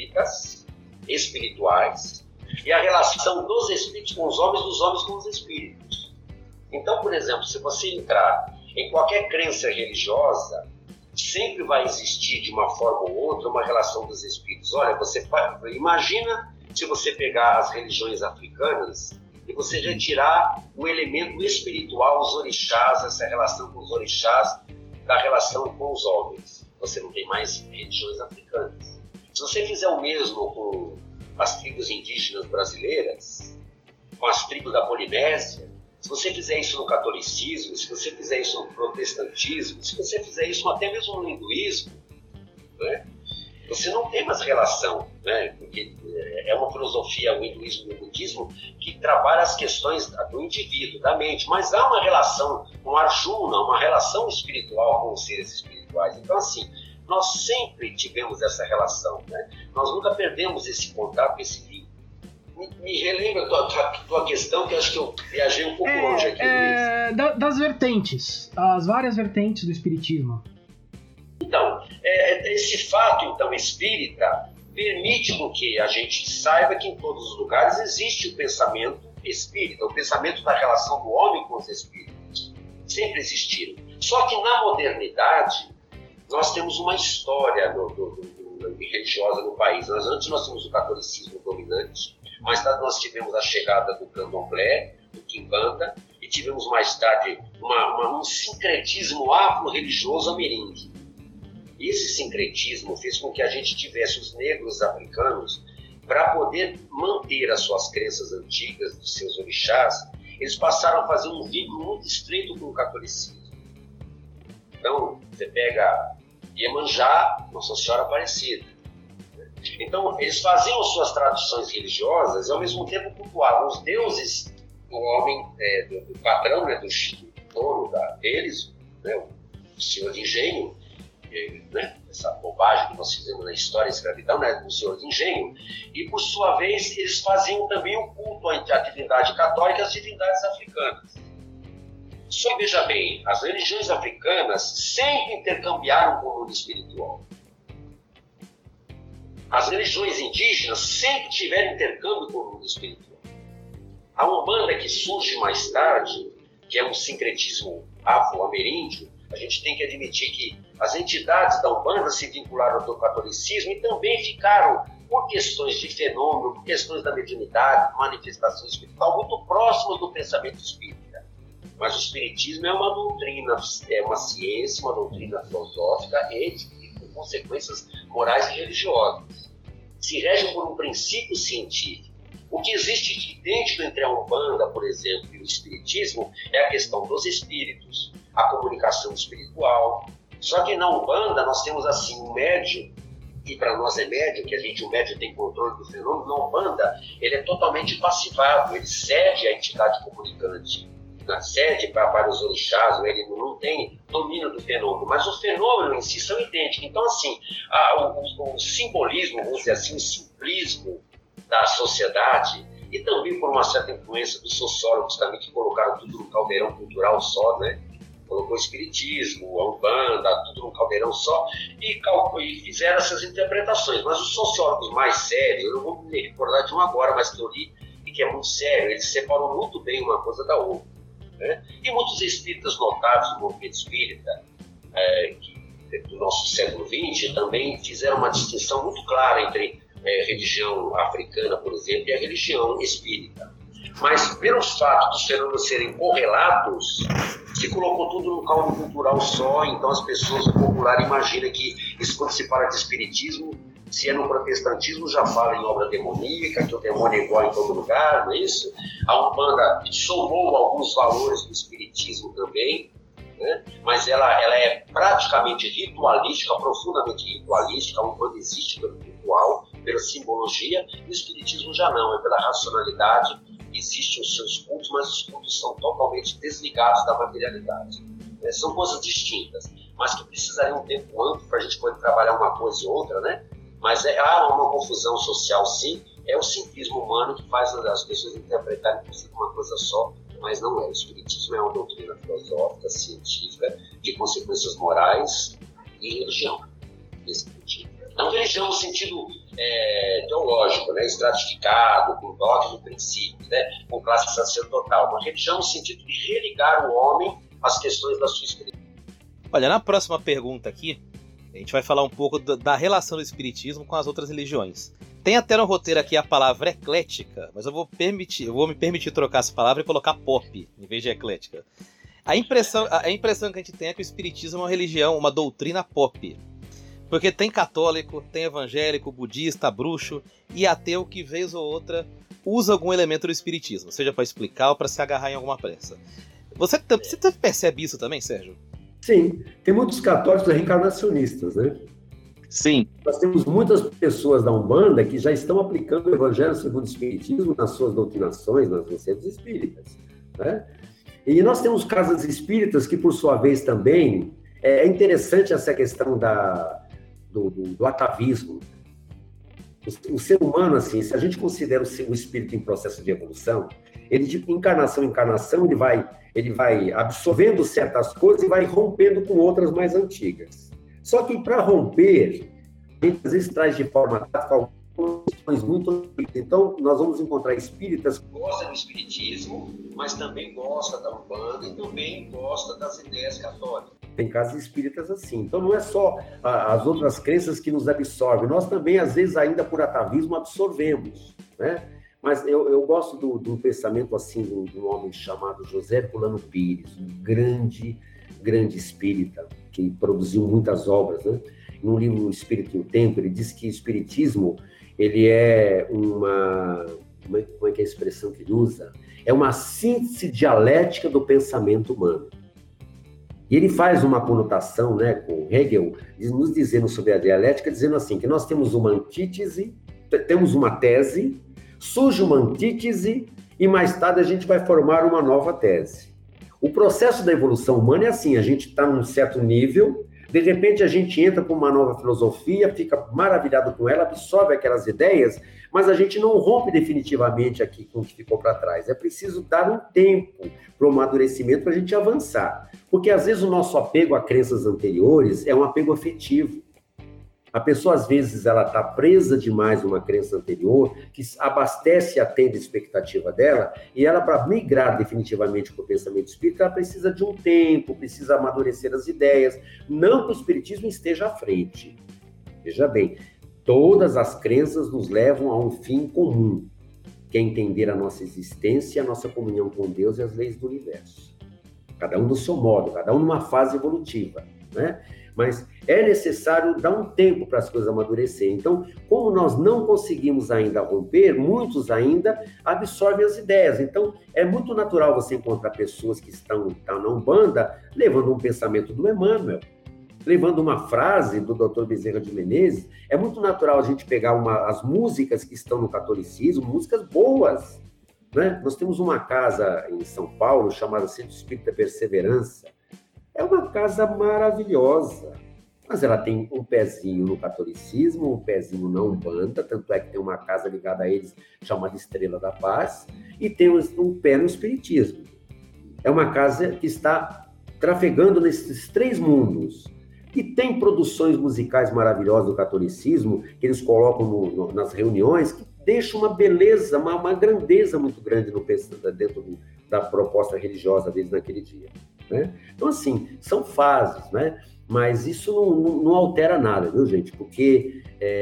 espirituais, e a relação dos espíritos com os homens, dos homens com os espíritos. Então, por exemplo, se você entrar em qualquer crença religiosa, sempre vai existir, de uma forma ou outra, uma relação dos espíritos. Olha, imagina se você pegar as religiões africanas e você retirar o elemento espiritual, os orixás, essa relação com os orixás, da relação com os homens. Você não tem mais religiões africanas. Se você fizer o mesmo com as tribos indígenas brasileiras, com as tribos da Polinésia, se você fizer isso no catolicismo, se você fizer isso no protestantismo, se você fizer isso até mesmo no hinduísmo, né, você não tem mais relação, né, porque é uma filosofia, o hinduísmo e o budismo, que trabalha as questões do indivíduo, da mente, mas há uma relação com Arjuna, uma relação espiritual com os seres espirituais. Então, assim, nós sempre tivemos essa relação, né? Nós nunca perdemos esse contato, esse vínculo. Me relembra a tua questão, que eu acho que eu viajei um pouco longe aqui, Luiz. Das vertentes, as várias vertentes do espiritismo. Então, esse fato, então, espírita, permite com que a gente saiba que em todos os lugares existe o pensamento espírita, o pensamento da relação do homem com os espíritos. Sempre existiram. Só que na modernidade, nós temos uma história religiosa no país. Antes nós tínhamos o catolicismo dominante, mais tarde nós tivemos a chegada do candomblé, do quimbanda, e tivemos mais tarde um sincretismo afro-religioso ameríndio. Esse sincretismo fez com que a gente tivesse os negros africanos para poder manter as suas crenças antigas, dos seus orixás, eles passaram a fazer um vínculo muito estreito com o catolicismo. Então, você pega Iemanjá, Nossa Senhora Aparecida. Então, eles faziam suas tradições religiosas e, ao mesmo tempo, cultuavam os deuses do homem, do patrão, né, do dono deles, né, o senhor de engenho, né, essa bobagem que nós fizemos na história da escravidão, né, do senhor de engenho, e, por sua vez, eles faziam também o culto à divindade católica e às divindades africanas. Só veja bem, as religiões africanas sempre intercambiaram com o mundo espiritual. As religiões indígenas sempre tiveram intercâmbio com o mundo espiritual. A Umbanda, que surge mais tarde, que é um sincretismo afro-ameríndio, a gente tem que admitir que as entidades da Umbanda se vincularam ao catolicismo e também ficaram, por questões de fenômeno, por questões da mediunidade, manifestação espiritual, muito próximas do pensamento espírita. Mas o espiritismo é uma doutrina, é uma ciência, uma doutrina filosófica, ética e com consequências morais e religiosas. Se rege por um princípio científico. O que existe de idêntico entre a Umbanda, por exemplo, e o espiritismo é a questão dos espíritos, a comunicação espiritual. Só que na Umbanda nós temos assim um médium, e para nós é médium, que o médium tem controle do fenômeno. Na Umbanda ele é totalmente passivado, ele cede à entidade comunicante. Cede para os orixás, ele não tem domínio do fenômeno, mas o fenômeno em si são idênticos. Então, assim, o simbolismo, vamos dizer assim, o simplismo da sociedade, e também por uma certa influência dos sociólogos também, que colocaram tudo no caldeirão cultural só, né? Colocou o espiritismo, a Umbanda, tudo no caldeirão só, e fizeram essas interpretações. Mas os sociólogos mais sérios, eu não vou me recordar de um agora, mas que eu li, e que é muito sério, eles separam muito bem uma coisa da outra. Né? E muitos espíritas notáveis do movimento espírita do nosso século XX também fizeram uma distinção muito clara entre religião africana, por exemplo, e a religião espírita. Mas, pelo fato dos fenômenos serem correlatos, se colocou tudo num caldo cultural só, então as pessoas, o popular, imaginam que isso, quando se fala de espiritismo, se é no protestantismo, já fala em obra demoníaca, que o demônio é igual em todo lugar, não é isso? A Umbanda somou alguns valores do espiritismo também, né? Mas ela é praticamente ritualística, profundamente ritualística. A Umbanda existe pelo ritual, pela simbologia, e o espiritismo já não, é pela racionalidade. Existem os seus cultos, mas os cultos são totalmente desligados da materialidade. São coisas distintas, mas que precisariam um tempo amplo para a gente poder trabalhar uma coisa e outra, né? Mas há uma confusão social, sim. É o simplismo humano que faz as pessoas interpretarem como uma coisa só, mas não é. O espiritismo é uma doutrina filosófica, científica, de consequências morais e religião. Não religião no sentido teológico, né, estratificado, com dogmas e princípios, né, com classe sacerdotal. Uma religião no sentido de religar o homem às questões da sua espiritualidade. Olha, na próxima pergunta aqui, a gente vai falar um pouco da relação do espiritismo com as outras religiões. Tem até no roteiro aqui a palavra eclética, mas eu vou me permitir trocar essa palavra e colocar pop em vez de eclética. A impressão que a gente tem é que o espiritismo é uma religião, uma doutrina pop. Porque tem católico, tem evangélico, budista, bruxo e ateu que, vez ou outra, usa algum elemento do espiritismo, seja para explicar ou para se agarrar em alguma pressa. Você percebe isso também, Sérgio? Sim, tem muitos católicos reencarnacionistas, né? Sim. Nós temos muitas pessoas da Umbanda que já estão aplicando o Evangelho segundo o Espiritismo nas suas doutrinações, nas receitas espíritas, né? E nós temos casas espíritas que, por sua vez, também... É interessante essa questão do atavismo. O ser humano, assim, se a gente considera o espírito em processo de evolução, ele, de encarnação em encarnação, ele vai absorvendo certas coisas e vai rompendo com outras mais antigas. Só que, para romper, a gente às vezes traz de forma tática questões muito antigas. Então, nós vamos encontrar espíritas que gostam do espiritismo, mas também gostam da Umbanda e também gostam das ideias católicas. Tem casas espíritas assim. Então, não é só as outras crenças que nos absorvem. Nós também, às vezes, ainda por atavismo, absorvemos, né? Mas eu gosto do pensamento assim de um homem chamado José Herculano Pires, um grande espírita, que produziu muitas obras, né? No livro O Espírito e o Tempo, ele diz que o espiritismo ele é como é que é a expressão que ele usa? É uma síntese dialética do pensamento humano. E ele faz uma conotação, né, com Hegel, nos dizendo sobre a dialética, dizendo assim, que nós temos uma antítese, temos uma tese, surge uma antítese, e mais tarde a gente vai formar uma nova tese. O processo da evolução humana é assim, a gente está num certo nível, de repente a gente entra com uma nova filosofia, fica maravilhado com ela, absorve aquelas ideias, mas a gente não rompe definitivamente aqui com o que ficou para trás. É preciso dar um tempo para o amadurecimento para a gente avançar. Porque às vezes o nosso apego a crenças anteriores é um apego afetivo. A pessoa, às vezes, ela está presa demais numa crença anterior, que abastece e atende a expectativa dela, e ela, para migrar definitivamente para o pensamento espírita, ela precisa de um tempo, precisa amadurecer as ideias. Não que o espiritismo esteja à frente. Veja bem, todas as crenças nos levam a um fim comum, que é entender a nossa existência, a nossa comunhão com Deus e as leis do universo. Cada um do seu modo, cada um numa fase evolutiva, né? Mas é necessário dar um tempo para as coisas amadurecerem. Então, como nós não conseguimos ainda romper, muitos ainda absorvem as ideias. Então, é muito natural você encontrar pessoas que estão na Umbanda levando um pensamento do Emmanuel, levando uma frase do Dr. Bezerra de Menezes. É muito natural a gente pegar as músicas que estão no catolicismo, músicas boas, né? Nós temos uma casa em São Paulo chamada Centro Espírita Perseverança. É uma casa maravilhosa, mas ela tem um pezinho no catolicismo, um pezinho na Umbanda, tanto é que tem uma casa ligada a eles chamada Estrela da Paz, e tem um pé no espiritismo. É uma casa que está trafegando nesses três mundos. E tem produções musicais maravilhosas do catolicismo, que eles colocam nas reuniões, que deixam uma beleza, uma grandeza muito grande dentro da proposta religiosa deles naquele dia. Né? Então, assim, são fases, né? Mas isso não altera nada, viu, gente? Porque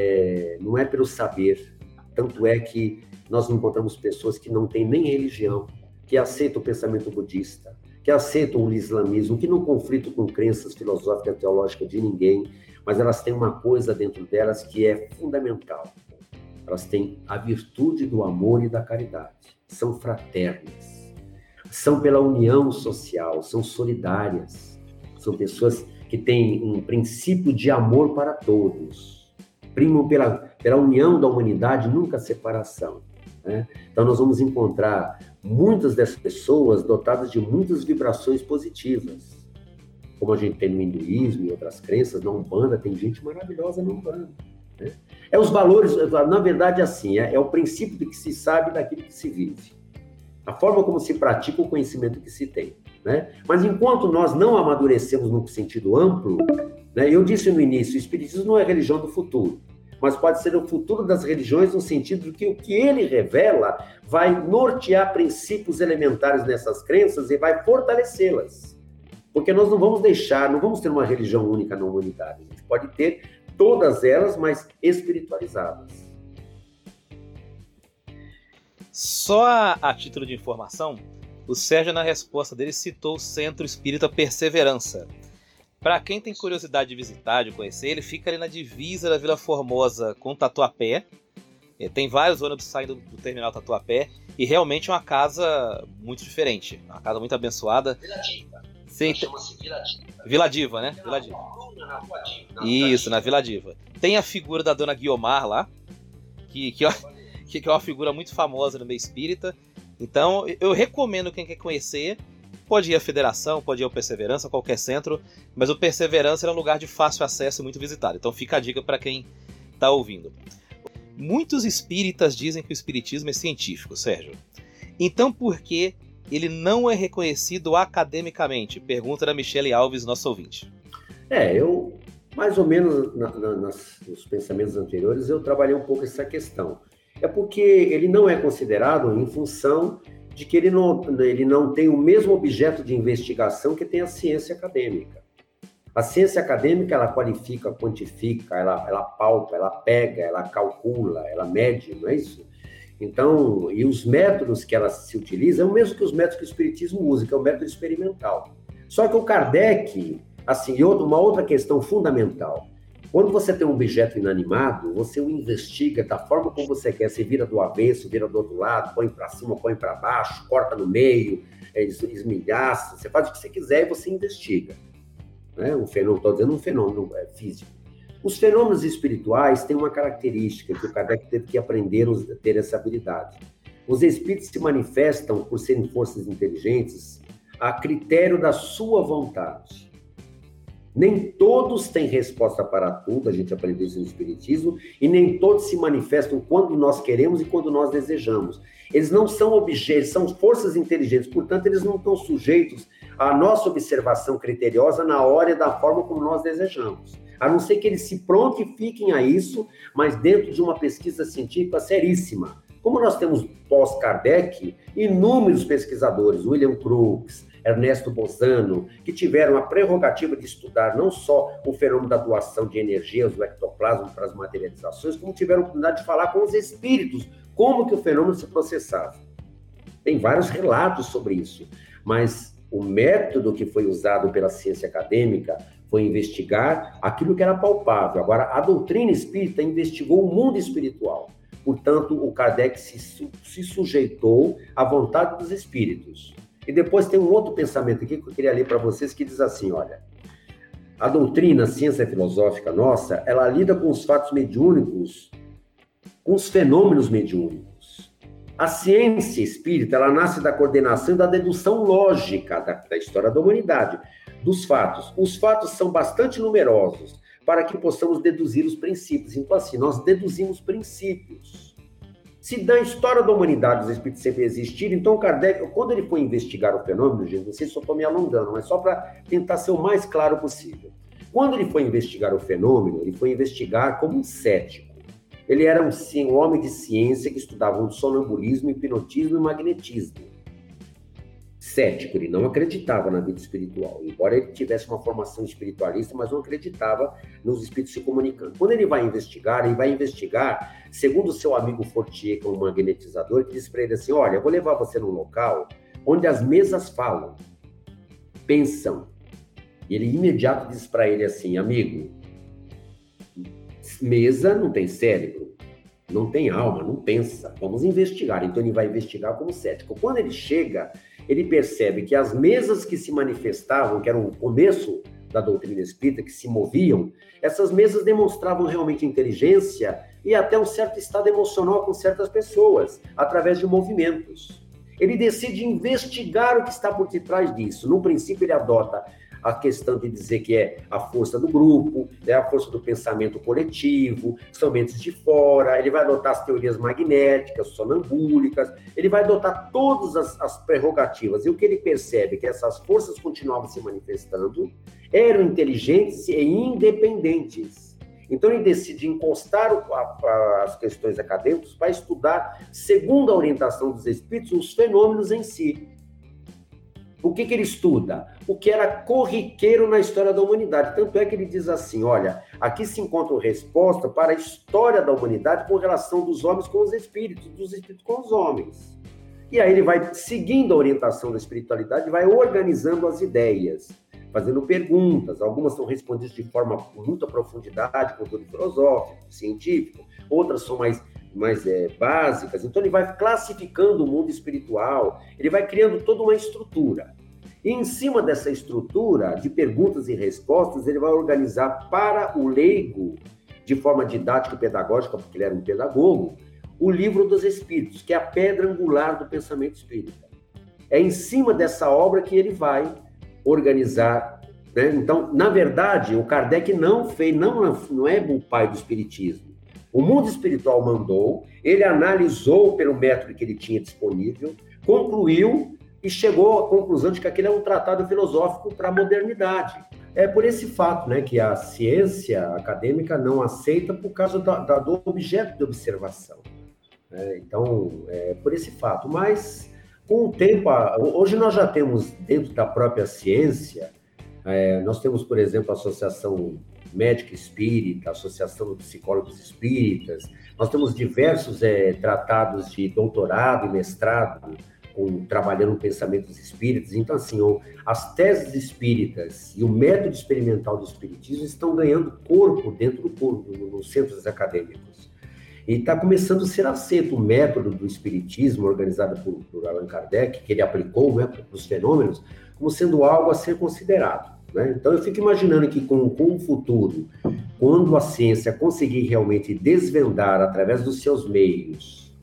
não é pelo saber. Tanto é que nós encontramos pessoas que não têm nem religião, que aceitam o pensamento budista, que aceitam o islamismo, que não conflitam com crenças filosóficas e teológicas de ninguém, mas elas têm uma coisa dentro delas que é fundamental. Elas têm a virtude do amor e da caridade. São fraternas. São pela união social, são solidárias, são pessoas que têm um princípio de amor para todos, primam pela união da humanidade, nunca separação, né? Então nós vamos encontrar muitas dessas pessoas dotadas de muitas vibrações positivas, como a gente tem no hinduísmo e outras crenças, na Umbanda, tem gente maravilhosa na Umbanda, né? É os valores, na verdade, assim, é o princípio do que se sabe daquilo que se vive. A forma como se pratica o conhecimento que se tem, né? Mas enquanto nós não amadurecemos no sentido amplo, né, eu disse no início, o espiritismo não é religião do futuro, mas pode ser o futuro das religiões no sentido de que o que ele revela vai nortear princípios elementares nessas crenças e vai fortalecê-las. Porque nós não vamos ter uma religião única na humanidade. A gente pode ter todas elas, mas espiritualizadas. Só a título de informação, o Sérgio, na resposta dele, citou o Centro Espírita Perseverança. Para quem tem curiosidade de visitar, de conhecer, ele fica ali na divisa da Vila Formosa com Tatuapé. Tem vários ônibus saindo do terminal Tatuapé e realmente é uma casa muito diferente, uma casa muito abençoada. Vila Diva. Chama-se Vila Diva. Vila Diva, né? Vila Diva. Isso, na Vila Diva. Tem a figura da Dona Guiomar lá, que é uma figura muito famosa no meio espírita. Então, eu recomendo quem quer conhecer, pode ir à Federação, pode ir ao Perseverança, qualquer centro, mas o Perseverança é um lugar de fácil acesso e muito visitado. Então fica a dica para quem está ouvindo. Muitos espíritas dizem que o espiritismo é científico, Sérgio. Então por que ele não é reconhecido academicamente? Pergunta da Michele Alves, nosso ouvinte. Eu, mais ou menos, nos pensamentos anteriores, eu trabalhei um pouco essa questão. É porque ele não é considerado em função de que ele não tem o mesmo objeto de investigação que tem a ciência acadêmica. A ciência acadêmica, ela qualifica, quantifica, ela palpa, ela pega, ela calcula, ela mede, não é isso? Então, e os métodos que ela se utiliza é o mesmo que os métodos que o espiritismo usa, que é o método experimental. Só que o Kardec, assim, uma outra questão fundamental, Quando você tem um objeto inanimado, você o investiga da forma como você quer. Você vira do avesso, vira do outro lado, põe para cima, põe para baixo, corta no meio, esmigalha, você faz o que você quiser e você investiga. Né? Um fenômeno, estou dizendo um fenômeno físico. Os fenômenos espirituais têm uma característica que o Kardec teve que aprender a ter essa habilidade. Os espíritos se manifestam por serem forças inteligentes a critério da sua vontade. Nem todos têm resposta para tudo, a gente aprendeu isso no Espiritismo, e nem todos se manifestam quando nós queremos e quando nós desejamos. Eles não são objetos, são forças inteligentes, portanto, eles não estão sujeitos à nossa observação criteriosa na hora e da forma como nós desejamos. A não ser que eles se prontifiquem a isso, mas dentro de uma pesquisa científica seríssima. Como nós temos pós-Kardec, inúmeros pesquisadores, William Crookes, Ernesto Bozano, que tiveram a prerrogativa de estudar não só o fenômeno da doação de energias do ectoplasma para as materializações, como tiveram a oportunidade de falar com os espíritos, como que o fenômeno se processava. Tem vários relatos sobre isso, mas o método que foi usado pela ciência acadêmica foi investigar aquilo que era palpável. Agora, a doutrina espírita investigou o mundo espiritual. Portanto, o Kardec se sujeitou à vontade dos espíritos. E depois tem um outro pensamento aqui que eu queria ler para vocês, que diz assim, olha, a doutrina, a ciência filosófica nossa, ela lida com os fatos mediúnicos, com os fenômenos mediúnicos. A ciência espírita, ela nasce da coordenação e da dedução lógica da história da humanidade, dos fatos. Os fatos são bastante numerosos para que possamos deduzir os princípios. Então, assim, nós deduzimos princípios. Se na história da humanidade os espíritos sempre existiram, então Kardec, quando ele foi investigar o fenômeno, gente, não sei se eu estou me alongando, mas só para tentar ser o mais claro possível. Quando ele foi investigar o fenômeno, ele foi investigar como um cético. Ele era um homem de ciência que estudava o sonambulismo, hipnotismo e magnetismo. Cético, ele não acreditava na vida espiritual, embora ele tivesse uma formação espiritualista, mas não acreditava nos espíritos se comunicando. Quando ele vai investigar, segundo o seu amigo Fortier, que é um magnetizador, que diz para ele assim, olha, eu vou levar você num local onde as mesas falam, pensam. E ele imediato diz para ele assim, amigo, mesa não tem cérebro, não tem alma, não pensa, vamos investigar. Então ele vai investigar como cético. Quando ele chega, ele percebe que as mesas que se manifestavam, que eram o começo da doutrina espírita, que se moviam, essas mesas demonstravam realmente inteligência e até um certo estado emocional com certas pessoas, através de movimentos. Ele decide investigar o que está por detrás disso. No princípio, ele adota a questão de dizer que é a força do grupo, é a força do pensamento coletivo, são mentes de fora, ele vai adotar as teorias magnéticas, sonambúlicas, ele vai adotar todas as prerrogativas. E o que ele percebe é que essas forças continuavam se manifestando, eram inteligentes e independentes. Então ele decide encostar as questões acadêmicas para estudar, segundo a orientação dos espíritos, os fenômenos em si. O que ele estuda? O que era corriqueiro na história da humanidade. Tanto é que ele diz assim, olha, aqui se encontra resposta para a história da humanidade com relação dos homens com os espíritos, dos espíritos com os homens. E aí ele vai seguindo a orientação da espiritualidade, vai organizando as ideias, fazendo perguntas. Algumas são respondidas de forma com muita profundidade, com conteúdo filosófico, científico, outras são mais básicas. Então ele vai classificando o mundo espiritual, ele vai criando toda uma estrutura. E em cima dessa estrutura de perguntas e respostas, ele vai organizar para o leigo, de forma didática e pedagógica, porque ele era um pedagogo, o Livro dos Espíritos, que é a pedra angular do pensamento espírita. É em cima dessa obra que ele vai organizar, né? Então, na verdade, o Kardec não é o pai do espiritismo. O mundo espiritual mandou, ele analisou pelo método que ele tinha disponível, concluiu e chegou à conclusão de que aquele é um tratado filosófico para a modernidade. É por esse fato, né, que a ciência acadêmica não aceita por causa do objeto de observação. Então, é por esse fato. Mas, com o tempo, hoje nós já temos, dentro da própria ciência, nós temos, por exemplo, a Associação Médica Espírita, Associação de Psicólogos Espíritas, nós temos diversos tratados de doutorado e mestrado trabalhando pensamentos espíritas. Então, assim, as teses espíritas e o método experimental do espiritismo estão ganhando corpo dentro nos centros acadêmicos. E está começando a ser aceito o método do espiritismo organizado por Allan Kardec, que ele aplicou, né, para os fenômenos, como sendo algo a ser considerado, né? Então, eu fico imaginando que com o futuro, quando a ciência conseguir realmente desvendar, através dos seus meios,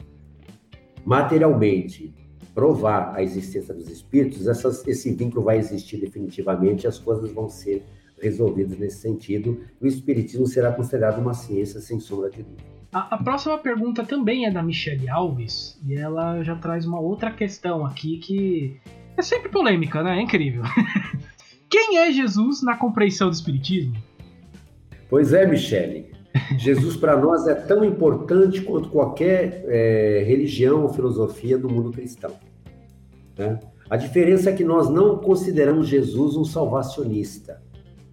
materialmente, provar a existência dos espíritos, esse vínculo vai existir definitivamente e as coisas vão ser resolvidas nesse sentido. O espiritismo será considerado uma ciência sem sombra de dúvida. A próxima pergunta também é da Michele Alves, e ela já traz uma outra questão aqui que é sempre polêmica, né? É incrível. Quem é Jesus na compreensão do espiritismo? Pois é, Michele. Jesus para nós é tão importante quanto qualquer religião ou filosofia do mundo cristão, né? A diferença é que nós não consideramos Jesus um salvacionista.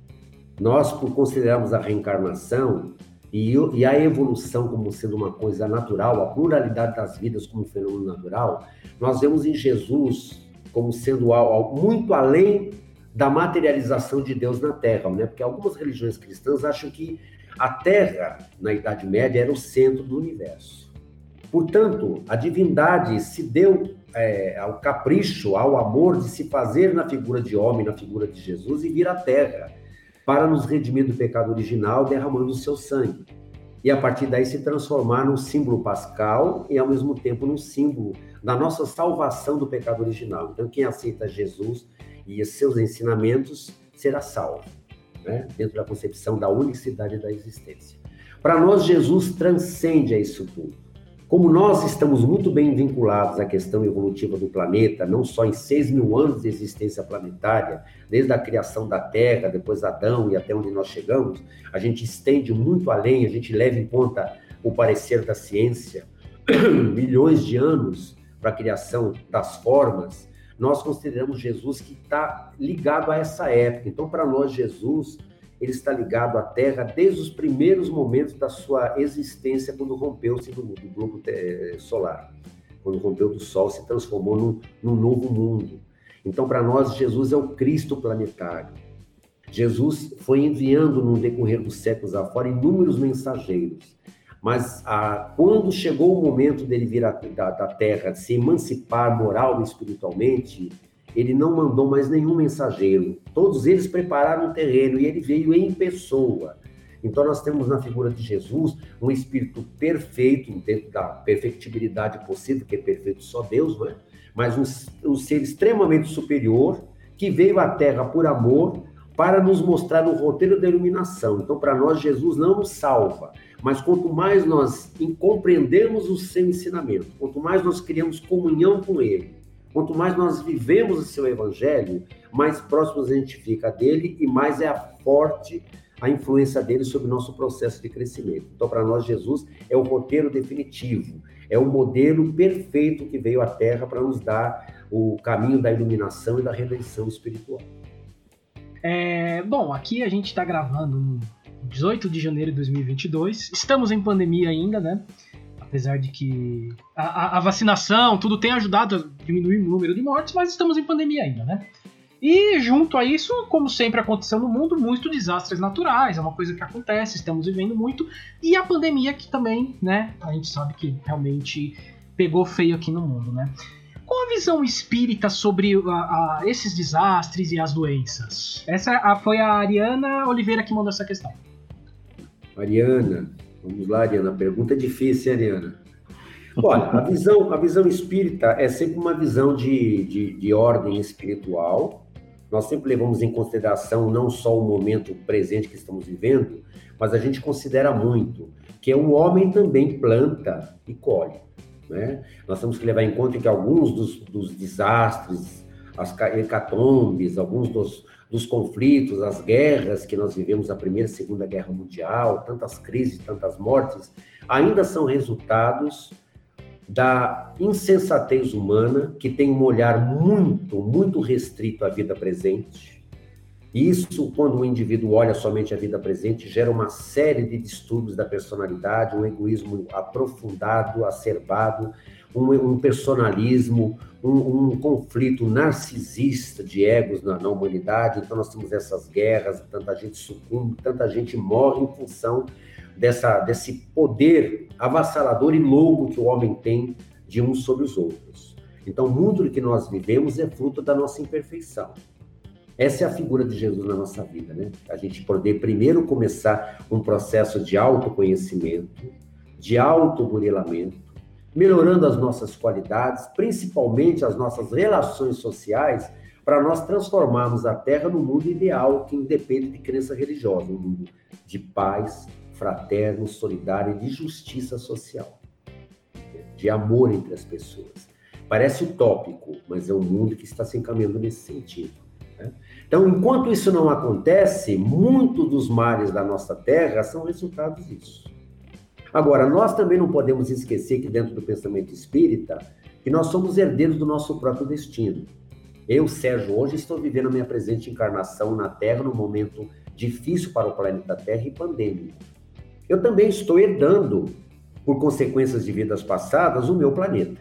Nós, por considerarmos a reencarnação e a evolução como sendo uma coisa natural, a pluralidade das vidas como um fenômeno natural, nós vemos em Jesus como sendo algo muito além da materialização de Deus na Terra, né? Porque algumas religiões cristãs acham que a Terra, na Idade Média, era o centro do universo. Portanto, a divindade se deu ao capricho, ao amor de se fazer na figura de homem, na figura de Jesus, e vir à Terra para nos redimir do pecado original, derramando o seu sangue. E a partir daí se transformar num símbolo pascal e, ao mesmo tempo, num símbolo da nossa salvação do pecado original. Então, quem aceita Jesus e seus ensinamentos será salvo, né? Dentro da concepção da unicidade da existência. Para nós, Jesus transcende a isso tudo. Como nós estamos muito bem vinculados à questão evolutiva do planeta, não só em 6.000 anos de existência planetária, desde a criação da Terra, depois Adão e até onde nós chegamos, a gente estende muito além, a gente leva em conta o parecer da ciência, milhões de anos para a criação das formas, nós consideramos Jesus que está ligado a essa época. Então, para nós, Jesus, ele está ligado à Terra desde os primeiros momentos da sua existência, quando rompeu-se do globo solar. Quando rompeu do Sol, se transformou num novo mundo. Então, para nós, Jesus é o Cristo planetário. Jesus foi enviando, no decorrer dos séculos afora, inúmeros mensageiros. Mas quando chegou o momento dele vir da Terra, de se emancipar moral e espiritualmente, ele não mandou mais nenhum mensageiro. Todos eles prepararam o terreno e ele veio em pessoa. Então nós temos na figura de Jesus um espírito perfeito, dentro da perfectibilidade possível, que é perfeito só Deus, não é? Mas um ser extremamente superior, que veio à Terra por amor, para nos mostrar o roteiro da iluminação. Então, para nós, Jesus não nos salva, mas quanto mais nós compreendemos o seu ensinamento, quanto mais nós criamos comunhão com ele, quanto mais nós vivemos o seu evangelho, mais próximos a gente fica dele e mais forte a influência dele sobre o nosso processo de crescimento. Então, para nós, Jesus é o roteiro definitivo, é o modelo perfeito que veio à Terra para nos dar o caminho da iluminação e da redenção espiritual. Bom, aqui a gente está gravando no 18 de janeiro de 2022, estamos em pandemia ainda, né? Apesar de que a vacinação, tudo tem ajudado a diminuir o número de mortes, mas estamos em pandemia ainda, né? E junto a isso, como sempre aconteceu no mundo, muitos desastres naturais, é uma coisa que acontece, estamos vivendo muito, e a pandemia que também, né, a gente sabe que realmente pegou feio aqui no mundo, né? Qual a visão espírita sobre esses desastres e as doenças? Essa foi a Ariana Oliveira que mandou essa questão. Ariana, vamos lá, Ariana. A pergunta é difícil, hein, Ariana? Olha, a visão espírita é sempre uma visão de ordem espiritual. Nós sempre levamos em consideração não só o momento presente que estamos vivendo, mas a gente considera muito que o homem também planta e colhe, né? Nós temos que levar em conta que alguns dos desastres, as hecatombes, alguns dos conflitos, as guerras que nós vivemos, a Primeira e Segunda Guerra Mundial, tantas crises, tantas mortes, ainda são resultados da insensatez humana, que tem um olhar muito, muito restrito à vida presente. Isso, quando o indivíduo olha somente a vida presente, gera uma série de distúrbios da personalidade, um egoísmo aprofundado, acerbado, um personalismo, um conflito narcisista de egos na humanidade. Então nós temos essas guerras, tanta gente sucumbe, tanta gente morre em função desse poder avassalador e louco que o homem tem de uns sobre os outros. Então o mundo que nós vivemos é fruto da nossa imperfeição. Essa é a figura de Jesus na nossa vida, né? A gente poder primeiro começar um processo de autoconhecimento, de autoburilamento, melhorando as nossas qualidades, principalmente as nossas relações sociais, para nós transformarmos a Terra num mundo ideal que independe de crença religiosa, um mundo de paz, fraterno, solidário e de justiça social, de amor entre as pessoas. Parece utópico, mas é um mundo que está se encaminhando nesse sentido, né? Então, enquanto isso não acontece, muitos dos males da nossa Terra são resultados disso. Agora, nós também não podemos esquecer que dentro do pensamento espírita, que nós somos herdeiros do nosso próprio destino. Eu, Sérgio, hoje estou vivendo a minha presente encarnação na Terra num momento difícil para o planeta Terra e pandêmico. Eu também estou herdando, por consequências de vidas passadas, o meu planeta.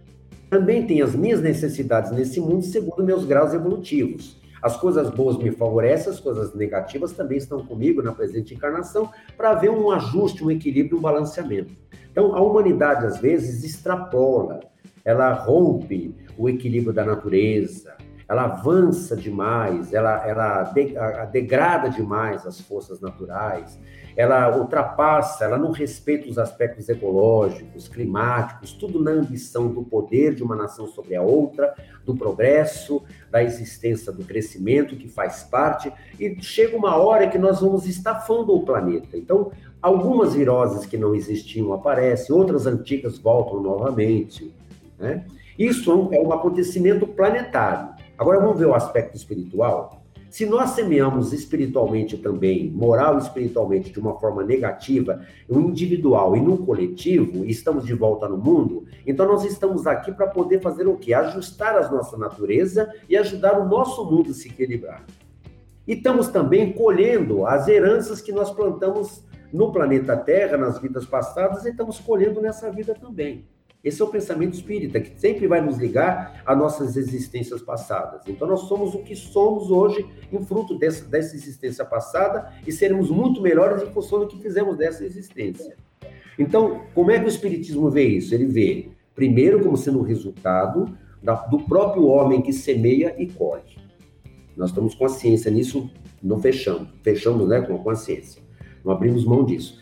Também tenho as minhas necessidades nesse mundo segundo meus graus evolutivos. As coisas boas me favorecem, as coisas negativas também estão comigo na presente encarnação para haver um ajuste, um equilíbrio, um balanceamento. Então, a humanidade, às vezes, extrapola, ela rompe o equilíbrio da natureza, ela avança demais, ela degrada demais as forças naturais, ela ultrapassa, ela não respeita os aspectos ecológicos, climáticos, tudo na ambição do poder de uma nação sobre a outra, do progresso, da existência, do crescimento que faz parte, e chega uma hora que nós vamos estafando o planeta. Então, algumas viroses que não existiam aparecem, outras antigas voltam novamente, né? Isso é um acontecimento planetário. Agora vamos ver o aspecto espiritual. Se nós semeamos espiritualmente também, moral e espiritualmente, de uma forma negativa, no individual e no coletivo, e estamos de volta no mundo, então nós estamos aqui para poder fazer o quê? Ajustar a nossa natureza e ajudar o nosso mundo a se equilibrar. E estamos também colhendo as heranças que nós plantamos no planeta Terra, nas vidas passadas, e estamos colhendo nessa vida também. Esse é o pensamento espírita, que sempre vai nos ligar às nossas existências passadas. Então, nós somos o que somos hoje em fruto dessa existência passada e seremos muito melhores em função do que fizemos dessa existência. Então, como é que o Espiritismo vê isso? Ele vê, primeiro, como sendo um resultado do próprio homem que semeia e colhe. Nós estamos com a ciência nisso, não fechamos, né, com a consciência, não abrimos mão disso.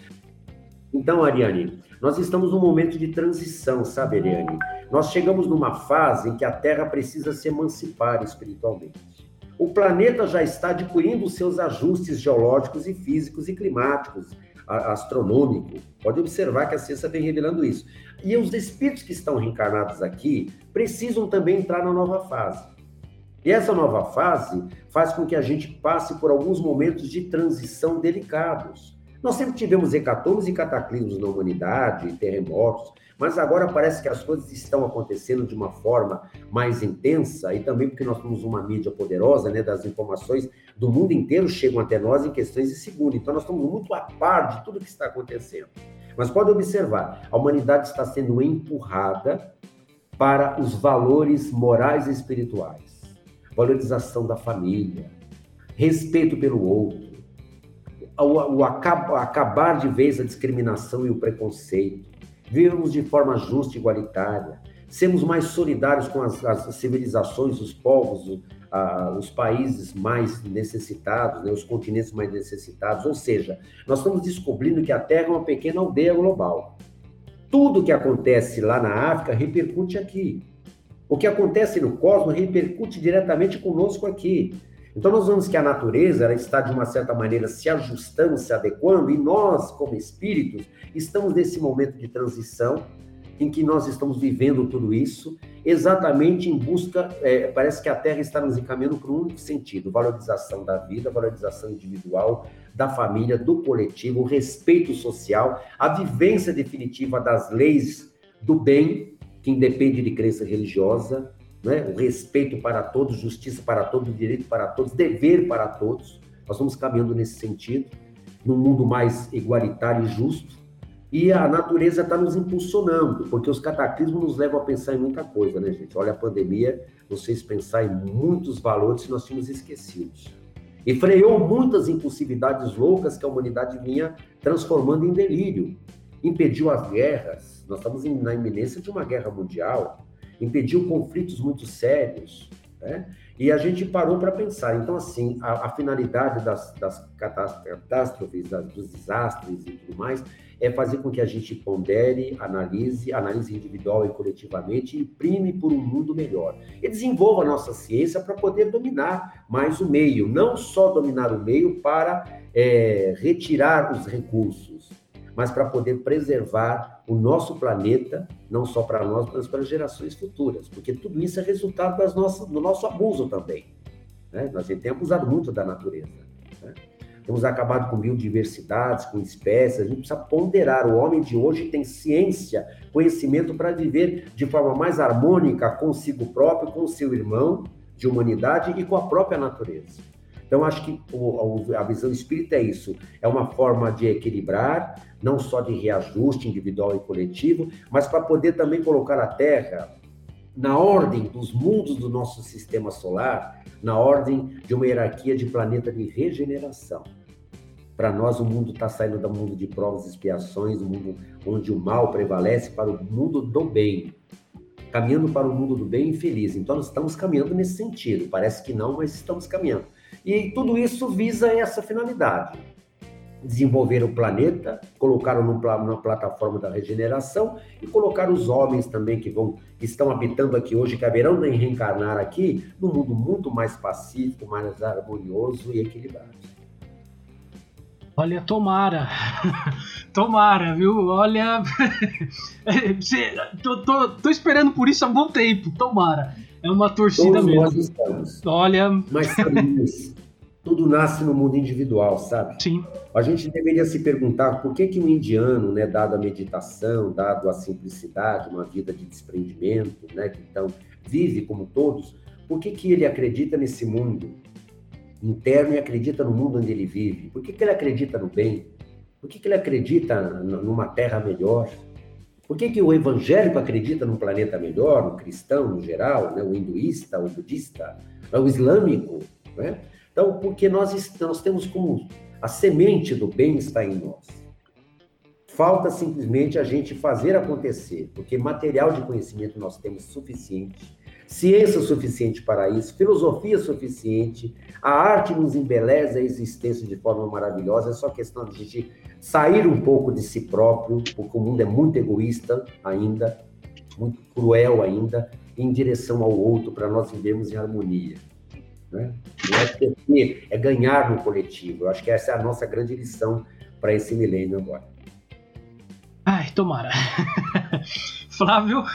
Então, Ariane, nós estamos num momento de transição, sabe, Ariane? Nós chegamos numa fase em que a Terra precisa se emancipar espiritualmente. O planeta já está adquirindo os seus ajustes geológicos e físicos e climáticos, astronômicos. Pode observar que a ciência vem revelando isso. E os espíritos que estão reencarnados aqui precisam também entrar na nova fase. E essa nova fase faz com que a gente passe por alguns momentos de transição delicados. Nós sempre tivemos hecatombes e cataclismos na humanidade, terremotos, mas agora parece que as coisas estão acontecendo de uma forma mais intensa, e também porque nós temos uma mídia poderosa, né, das informações do mundo inteiro chegam até nós em questões de segundo. Então nós estamos muito a par de tudo que está acontecendo. Mas pode observar, a humanidade está sendo empurrada para os valores morais e espirituais. Valorização da família, respeito pelo outro, acabar de vez a discriminação e o preconceito, vivemos de forma justa e igualitária, sermos mais solidários com as civilizações, os povos, os países mais necessitados, né, os continentes mais necessitados. Ou seja, nós estamos descobrindo que a Terra é uma pequena aldeia global. Tudo que acontece lá na África repercute aqui. O que acontece no cosmos repercute diretamente conosco aqui. Então, nós vemos que a natureza ela está, de uma certa maneira, se ajustando, se adequando, e nós, como espíritos, estamos nesse momento de transição, em que nós estamos vivendo tudo isso, exatamente em busca, parece que a Terra está nos encaminhando para um único sentido, valorização da vida, valorização individual, da família, do coletivo, o respeito social, a vivência definitiva das leis do bem, que independe de crença religiosa, né? O respeito para todos, justiça para todos, direito para todos, dever para todos. Nós estamos caminhando nesse sentido, num mundo mais igualitário e justo, E a natureza está nos impulsionando, porque os cataclismos nos levam a pensar em muita coisa, né, gente? Olha, a pandemia nos fez pensar em muitos valores que nós tínhamos esquecidos. E freou muitas impulsividades loucas que a humanidade vinha transformando em delírio. Impediu as guerras, nós estamos na iminência de uma guerra mundial, impediu conflitos muito sérios, né? E a gente parou para pensar. Então, assim, a finalidade das catástrofes, dos desastres e tudo mais, é fazer com que a gente pondere, analise individual e coletivamente, e prime por um mundo melhor. E desenvolva a nossa ciência para poder dominar mais o meio, não só dominar o meio para retirar os recursos, mas para poder preservar o nosso planeta, não só para nós, mas para gerações futuras, porque tudo isso é resultado do nosso abuso também, né? Nós temos abusado muito da natureza, né? Temos acabado com biodiversidades, com espécies. A gente precisa ponderar. O homem de hoje tem ciência, conhecimento para viver de forma mais harmônica consigo próprio, com o seu irmão de humanidade e com a própria natureza. Então, acho que a visão espírita é isso. É uma forma de equilibrar, não só de reajuste individual e coletivo, mas para poder também colocar a Terra na ordem dos mundos do nosso sistema solar, na ordem de uma hierarquia de planeta de regeneração. Para nós, o mundo está saindo do mundo de provas e expiações, do mundo onde o mal prevalece, para o mundo do bem, caminhando para o mundo do bem e feliz. Então, nós estamos caminhando nesse sentido. Parece que não, mas estamos caminhando. E tudo isso visa essa finalidade. Desenvolver o planeta, colocá-lo numa plataforma da regeneração e colocar os homens também que estão habitando aqui hoje, que haverão de reencarnar aqui, num mundo muito mais pacífico, mais harmonioso e equilibrado. Olha, tomara. Tomara, viu? Olha, tô esperando por isso há um bom tempo. Tomara. É uma torcida Todos mesmo. Nós estamos. Olha, Mas sabe isso? Tudo nasce no mundo individual, sabe? sim. A gente deveria se perguntar por que um indiano, né, dado a meditação, dado a simplicidade, uma vida de desprendimento, né, que então vive como todos, por que ele acredita nesse mundo interno e acredita no mundo onde ele vive? Por que ele acredita no bem? Por que ele acredita numa terra melhor? Por que o evangélico acredita num planeta melhor, o cristão no geral, né, o hinduísta, o budista, o islâmico, né? Então, porque nós temos como a semente do bem está em nós. Falta simplesmente a gente fazer acontecer, porque material de conhecimento nós temos suficiente, ciência suficiente para isso, filosofia suficiente, a arte nos embeleza a existência de forma maravilhosa, é só questão de a gente sair um pouco de si próprio, porque o mundo é muito egoísta ainda, muito cruel ainda, em direção ao outro, para nós vivermos em harmonia. Né? Não é perder, é ganhar no coletivo. Eu acho que essa é a nossa grande lição para esse milênio agora. Ai, tomara. Flávio?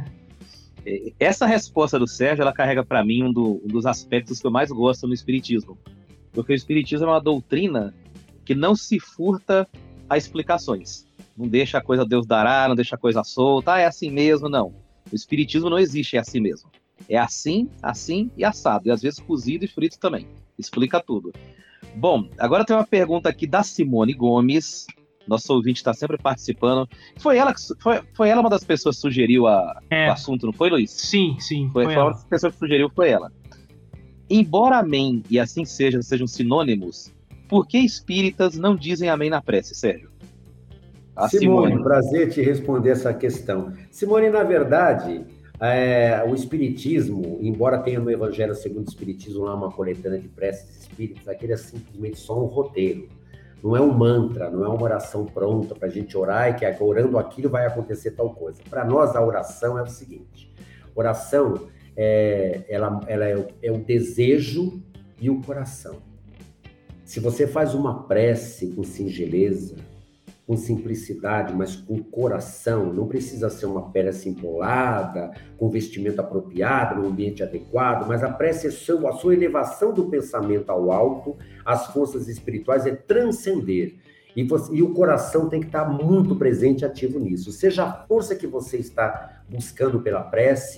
Essa resposta do Sérgio, ela carrega para mim um dos aspectos que eu mais gosto no Espiritismo. Porque o Espiritismo é uma doutrina que não se furta a explicações. Não deixa a coisa Deus dará, não deixa a coisa solta. É assim mesmo, não. O Espiritismo não existe, é assim mesmo. É assim, assim e assado. E às vezes cozido e frito também. Explica tudo. Bom, agora tem uma pergunta aqui da Simone Gomes. Nosso ouvinte está sempre participando. Foi ela uma das pessoas que sugeriu o assunto, não foi, Luiz? Sim. Foi uma das pessoas que sugeriu, foi ela. Embora amém e assim seja, sejam sinônimos, por que espíritas não dizem amém na prece, Sérgio? Simone, prazer te responder essa questão. Simone, na verdade, o Espiritismo, embora tenha no Evangelho segundo o Espiritismo lá uma coletânea de preces espíritas, aquele é simplesmente só um roteiro. Não é um mantra, não é uma oração pronta para a gente orar e que orando aquilo vai acontecer tal coisa. Para nós, a oração é o seguinte: oração ela é o desejo e o coração. Se você faz uma prece com singeleza, com simplicidade, mas com coração, não precisa ser uma prece empolada, com vestimento apropriado, no ambiente adequado, mas a prece é a sua elevação do pensamento ao alto, as forças espirituais é transcender. E o coração tem que estar muito presente e ativo nisso. Seja a força que você está buscando pela prece,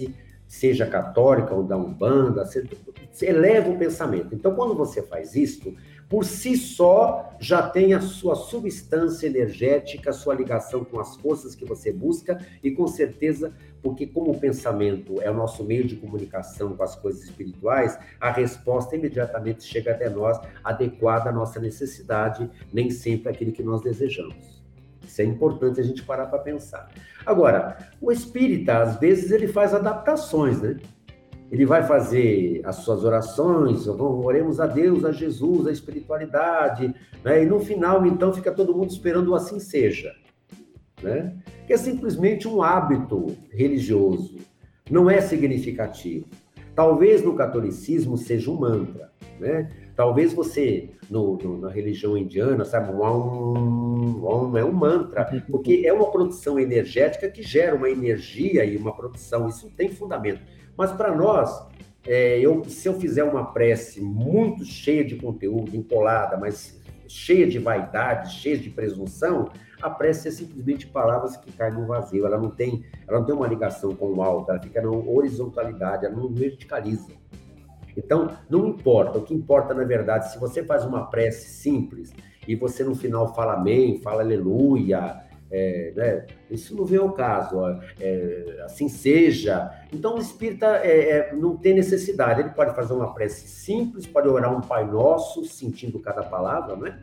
seja católica ou da Umbanda, você eleva o pensamento. Então, quando você faz isso, por si só, já tem a sua substância energética, a sua ligação com as forças que você busca, e com certeza, porque como o pensamento é o nosso meio de comunicação com as coisas espirituais, a resposta imediatamente chega até nós, adequada à nossa necessidade, nem sempre aquilo que nós desejamos. Isso é importante a gente parar para pensar. Agora, o espírita, às vezes, ele faz adaptações, né? Ele vai fazer as suas orações, oremos a Deus, a Jesus, a espiritualidade, né? E no final, então, fica todo mundo esperando o assim seja, né? Que é simplesmente um hábito religioso, não é significativo. Talvez no catolicismo seja um mantra, né? Talvez você, na religião indiana, sabe, Om é um mantra, porque é uma produção energética que gera uma energia e uma produção, isso tem fundamento. Mas para nós, se eu fizer uma prece muito cheia de conteúdo, empolada, mas cheia de vaidade, cheia de presunção, a prece é simplesmente palavras que caem no vazio, ela não tem uma ligação com o alto, ela fica na horizontalidade, ela não verticaliza. Então, não importa, o que importa, na verdade, se você faz uma prece simples e você no final fala amém, fala aleluia, né? Isso não vem ao caso, assim seja. Então, o espírita não tem necessidade, ele pode fazer uma prece simples, pode orar um Pai Nosso, sentindo cada palavra, né?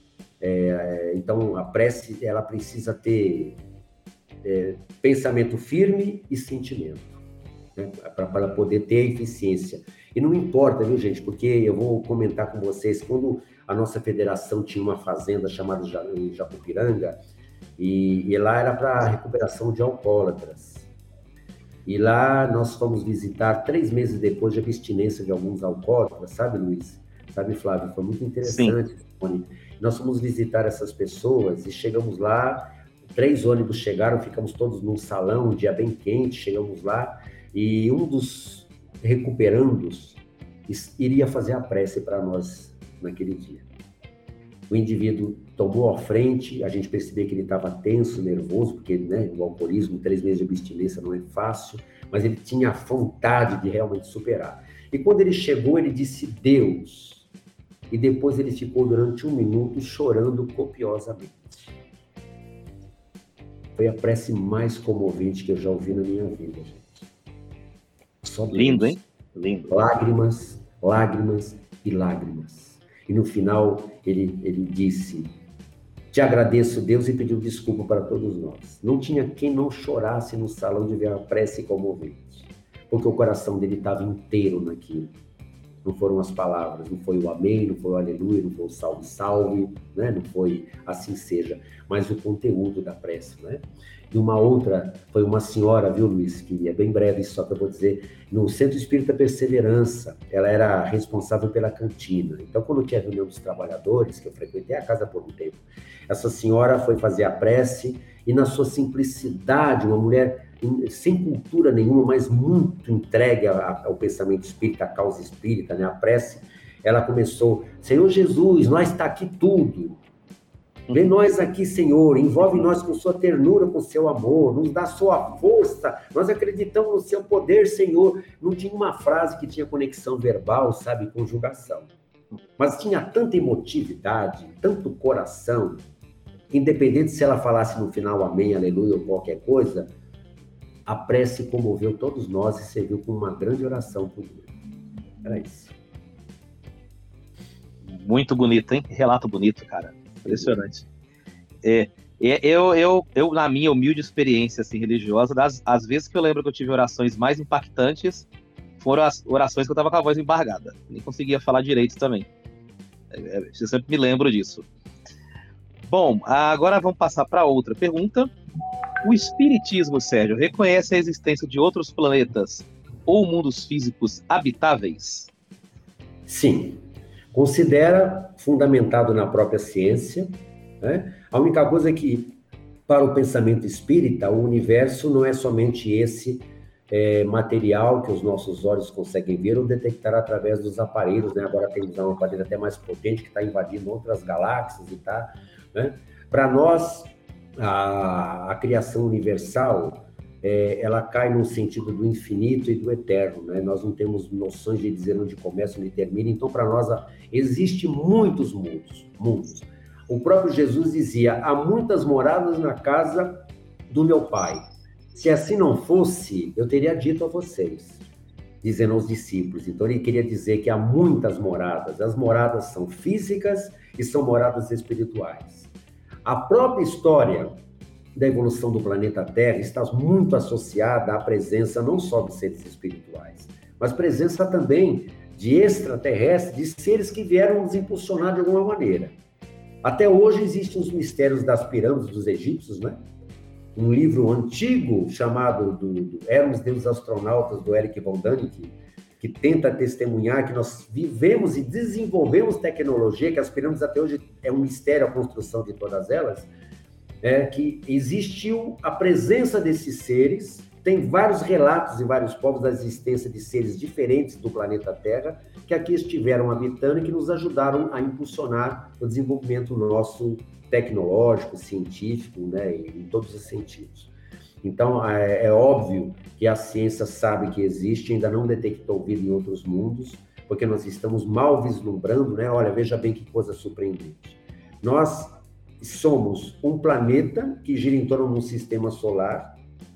Então, a prece, ela precisa ter pensamento firme e sentimento, né? Para poder ter eficiência. E não importa, viu, gente? Porque eu vou comentar com vocês, quando a nossa federação tinha uma fazenda chamada Japupiranga, e lá era para recuperação de alcoólatras. E lá nós fomos visitar 3 meses depois de abstinência de alguns alcoólatras, sabe, Luiz? Sabe, Flávio? Foi muito interessante. Sim. Nós fomos visitar essas pessoas e chegamos lá, 3 ônibus chegaram, ficamos todos num salão, um dia bem quente, chegamos lá, e um dos recuperandos iria fazer a prece para nós naquele dia. O indivíduo tomou a frente, a gente percebeu que ele estava tenso, nervoso, porque, né, o alcoolismo, 3 meses de abstinência não é fácil, mas ele tinha a vontade de realmente superar. E quando ele chegou, ele disse Deus, e depois ele ficou durante 1 minuto chorando copiosamente. Foi a prece mais comovente que eu já ouvi na minha vida, gente. Só Deus. Lindo, hein? Lindo. Lágrimas, lágrimas e lágrimas. E no final ele disse, te agradeço, Deus, e pediu desculpa para todos nós. Não tinha quem não chorasse no salão de ver a prece comovente, porque o coração dele estava inteiro naquilo. Não foram as palavras, não foi o amém, não foi o aleluia, não foi o salve, salve, né? Não foi assim seja, mas o conteúdo da prece, né? E uma outra, foi uma senhora, viu, Luiz, que é bem breve, só que eu vou dizer, no Centro Espírita Perseverança, ela era responsável pela cantina. Então, quando tinha reunião dos trabalhadores, que eu frequentei a casa por um tempo, essa senhora foi fazer a prece e, na sua simplicidade, uma mulher sem cultura nenhuma, mas muito entregue ao pensamento espírita, à causa espírita, né? A prece, ela começou, Senhor Jesus, nós está aqui tudo. Vê nós aqui, Senhor, envolve nós com sua ternura, com seu amor, nos dá sua força, nós acreditamos no seu poder, Senhor. Não tinha uma frase que tinha conexão verbal, sabe, conjugação. Mas tinha tanta emotividade, tanto coração, que independente se ela falasse no final amém, aleluia ou qualquer coisa, a prece comoveu todos nós e serviu como uma grande oração por Deus. Era isso. Muito bonito, hein? Relato bonito, cara. Impressionante. Eu, na minha humilde experiência assim, religiosa, as vezes que eu lembro que eu tive orações mais impactantes foram as orações que eu tava com a voz embargada. Nem conseguia falar direito também. Eu sempre me lembro disso. Bom, agora vamos passar para outra pergunta. O espiritismo, Sérgio, reconhece a existência de outros planetas ou mundos físicos habitáveis? Sim. Considera fundamentado na própria ciência, né? A única coisa é que, para o pensamento espírita, o universo não é somente esse material que os nossos olhos conseguem ver ou detectar através dos aparelhos, né? Agora temos um aparelho até mais potente que está invadindo outras galáxias e tá, né? Para nós, a criação universal ela cai no sentido do infinito e do eterno, né? Nós não temos noções de dizer onde começa e onde termina, então para nós existe muitos mundos. O próprio Jesus dizia, há muitas moradas na casa do meu Pai. Se assim não fosse, eu teria dito a vocês, dizendo aos discípulos. Então ele queria dizer que há muitas moradas. As moradas são físicas e são moradas espirituais. A própria história da evolução do planeta Terra está muito associada à presença não só de seres espirituais, mas presença também de extraterrestres, de seres que vieram nos impulsionar de alguma maneira. Até hoje existem os mistérios das pirâmides dos egípcios, né? Um livro antigo chamado do Éramos Deuses Astronautas, do Eric von Däniken, que tenta testemunhar que nós vivemos e desenvolvemos tecnologia, que as pirâmides até hoje é um mistério a construção de todas elas, que existiu a presença desses seres. Tem vários relatos em vários povos da existência de seres diferentes do planeta Terra, que aqui estiveram habitando e que nos ajudaram a impulsionar o desenvolvimento nosso tecnológico, científico, né, em todos os sentidos. Então, é óbvio que a ciência sabe que existe, ainda não detectou vida em outros mundos, porque nós estamos mal vislumbrando, né? Olha, veja bem que coisa surpreendente. Nós somos um planeta que gira em torno de um sistema solar,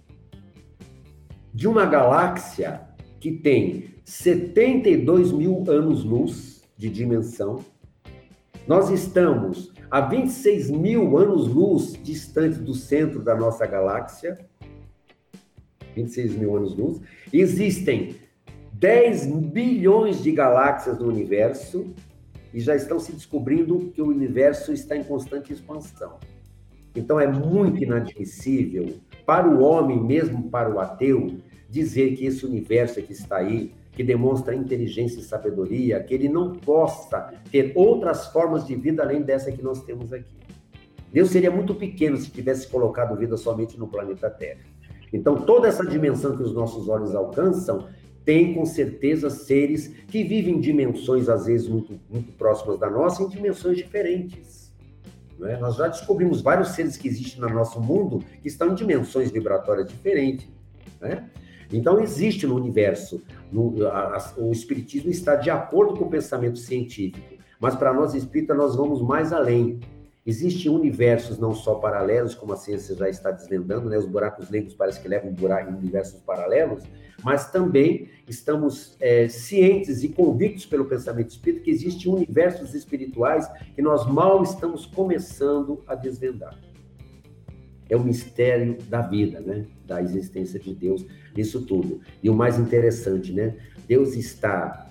de uma galáxia que tem 72 mil anos-luz de dimensão. Nós estamos a 26 mil anos-luz distante do centro da nossa galáxia. 26 mil anos-luz. Existem 10 bilhões de galáxias no universo e já estão se descobrindo que o universo está em constante expansão. Então é muito inadmissível para o homem, mesmo para o ateu, dizer que esse universo que está aí, que demonstra inteligência e sabedoria, que ele não possa ter outras formas de vida além dessa que nós temos aqui. Deus seria muito pequeno se tivesse colocado vida somente no planeta Terra. Então, toda essa dimensão que os nossos olhos alcançam, tem com certeza seres que vivem em dimensões, às vezes, muito, muito próximas da nossa, em dimensões diferentes. Não é? Nós já descobrimos vários seres que existem no nosso mundo que estão em dimensões vibratórias diferentes. Né? Então, existe no universo, o espiritismo está de acordo com o pensamento científico, mas para nós espíritas nós vamos mais além. Existem universos não só paralelos, como a ciência já está desvendando, né? Os buracos negros parece que levam em universos paralelos, mas também estamos cientes e convictos pelo pensamento espírita que existem universos espirituais que nós mal estamos começando a desvendar. É o mistério da vida, né? Da existência de Deus nisso tudo. E o mais interessante, né? Deus está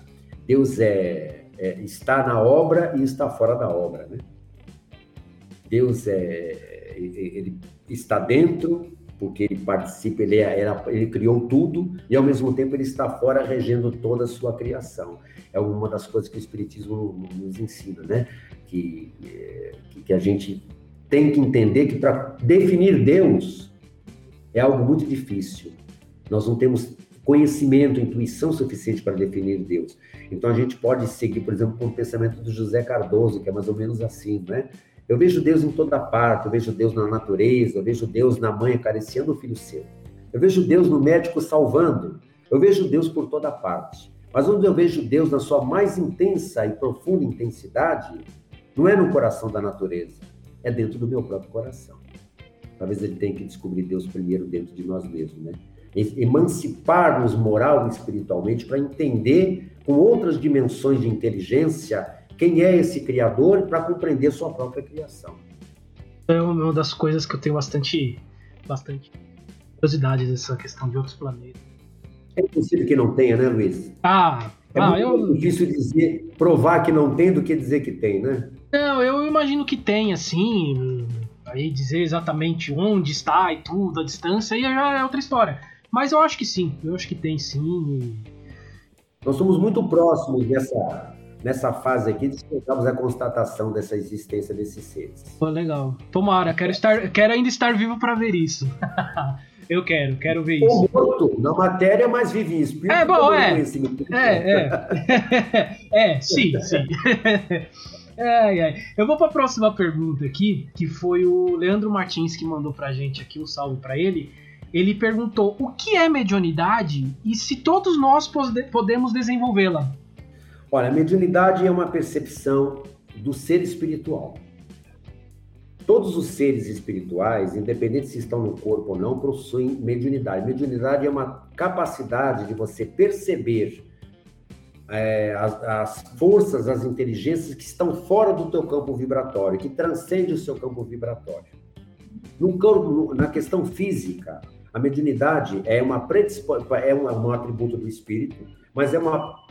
na obra e está fora da obra, né? Deus ele está dentro, porque ele participa, ele criou tudo, e ao mesmo tempo ele está fora regendo toda a sua criação. É uma das coisas que o Espiritismo nos ensina, né? Que a gente tem que entender que para definir Deus é algo muito difícil. Nós não temos conhecimento, intuição suficiente para definir Deus. Então a gente pode seguir, por exemplo, com o pensamento do José Cardoso, que é mais ou menos assim, né? Eu vejo Deus em toda parte, eu vejo Deus na natureza, eu vejo Deus na mãe acariciando o filho seu. Eu vejo Deus no médico salvando, eu vejo Deus por toda parte. Mas onde eu vejo Deus na sua mais intensa e profunda intensidade, não é no coração da natureza, é dentro do meu próprio coração. Talvez ele tenha que descobrir Deus primeiro dentro de nós mesmos, né? Emancipar-nos moral e espiritualmente para entender com outras dimensões de inteligência quem é esse Criador para compreender sua própria criação. É uma das coisas que eu tenho bastante curiosidade dessa questão de outros planetas. É possível que não tenha, né, Luiz? Eu difícil dizer, provar que não tem do que dizer que tem, né? Não, eu imagino que tem, assim, aí dizer exatamente onde está e tudo, a distância, aí já é outra história. Mas eu acho que sim, eu acho que tem sim. Nós somos muito próximos nessa fase aqui de chegarmos à constatação dessa existência desses seres. Pô, legal. Tomara, quero ainda estar vivo para ver isso. Eu quero ver isso. Ou morto na matéria, mas vive em espírito. Sim. Eu vou para a próxima pergunta aqui, que foi o Leandro Martins que mandou pra gente aqui, um salve para ele. Ele perguntou o que é mediunidade e se todos nós podemos desenvolvê-la. Olha, a mediunidade é uma percepção do ser espiritual. Todos os seres espirituais, independente se estão no corpo ou não, possuem mediunidade. Mediunidade é uma capacidade de você perceber as forças, as inteligências que estão fora do teu campo vibratório, que transcende o seu campo vibratório. Na questão física, a mediunidade é um atributo do espírito, mas é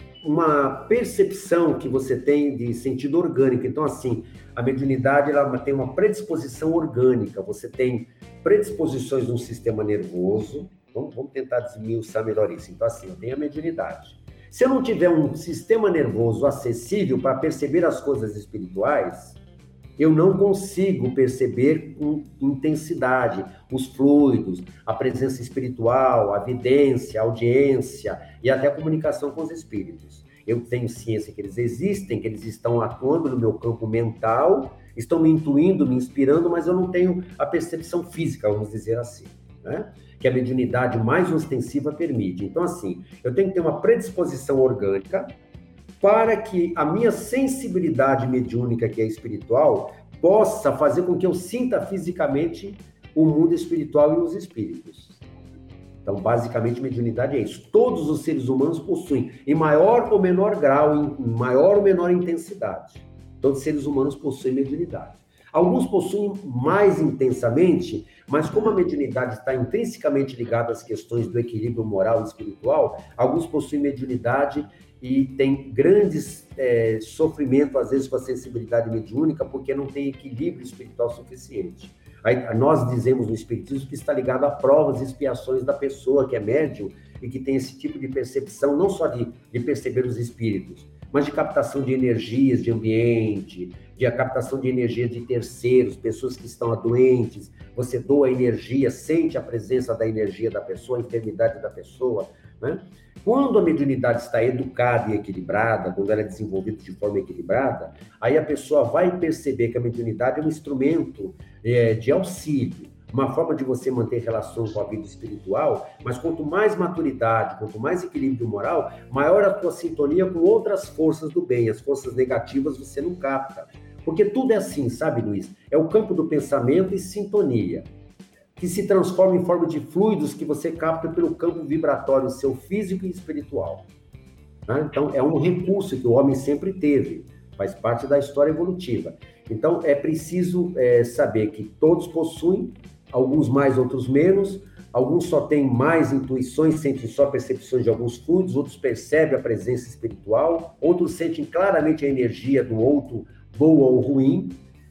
uma percepção que você tem de sentido orgânico. Então, assim, a mediunidade ela tem uma predisposição orgânica, você tem predisposições no sistema nervoso. Vamos tentar desmiuçar melhor isso. Então, assim, eu tenho a mediunidade. Se eu não tiver um sistema nervoso acessível para perceber as coisas espirituais, eu não consigo perceber com intensidade os fluidos, a presença espiritual, a vidência, a audiência e até a comunicação com os espíritos. Eu tenho ciência que eles existem, que eles estão atuando no meu campo mental, estão me intuindo, me inspirando, mas eu não tenho a percepção física, vamos dizer assim, né? Que a mediunidade mais ostensiva permite. Então, assim, eu tenho que ter uma predisposição orgânica para que a minha sensibilidade mediúnica, que é espiritual, possa fazer com que eu sinta fisicamente o mundo espiritual e os espíritos. Então, basicamente, mediunidade é isso. Todos os seres humanos possuem, em maior ou menor grau, em maior ou menor intensidade. Todos os seres humanos possuem mediunidade. Alguns possuem mais intensamente, mas como a mediunidade está intrinsecamente ligada às questões do equilíbrio moral e espiritual, alguns possuem mediunidade e tem grandes sofrimento, às vezes, com a sensibilidade mediúnica, porque não tem equilíbrio espiritual suficiente. Aí, nós dizemos no Espiritismo que está ligado a provas e expiações da pessoa que é médium e que tem esse tipo de percepção, não só de perceber os espíritos, mas de captação de energias de ambiente, de a captação de energia de terceiros, pessoas que estão doentes, você doa energia, sente a presença da energia da pessoa, a enfermidade da pessoa, né? Quando a mediunidade está educada e equilibrada, quando ela é desenvolvida de forma equilibrada, aí a pessoa vai perceber que a mediunidade é um instrumento de auxílio, uma forma de você manter relação com a vida espiritual, mas quanto mais maturidade, quanto mais equilíbrio moral, maior a tua sintonia com outras forças do bem. As forças negativas você não capta. Porque tudo é assim, sabe, Luiz? É o campo do pensamento e sintonia, que se transforma em forma de fluidos que você capta pelo campo vibratório seu físico e espiritual. Né? Então, é um recurso que o homem sempre teve, faz parte da história evolutiva. Então, é preciso saber que todos possuem, alguns mais, outros menos, alguns só têm mais intuições, sentem só percepções de alguns fluidos, outros percebem a presença espiritual, outros sentem claramente a energia do outro, boa ou ruim.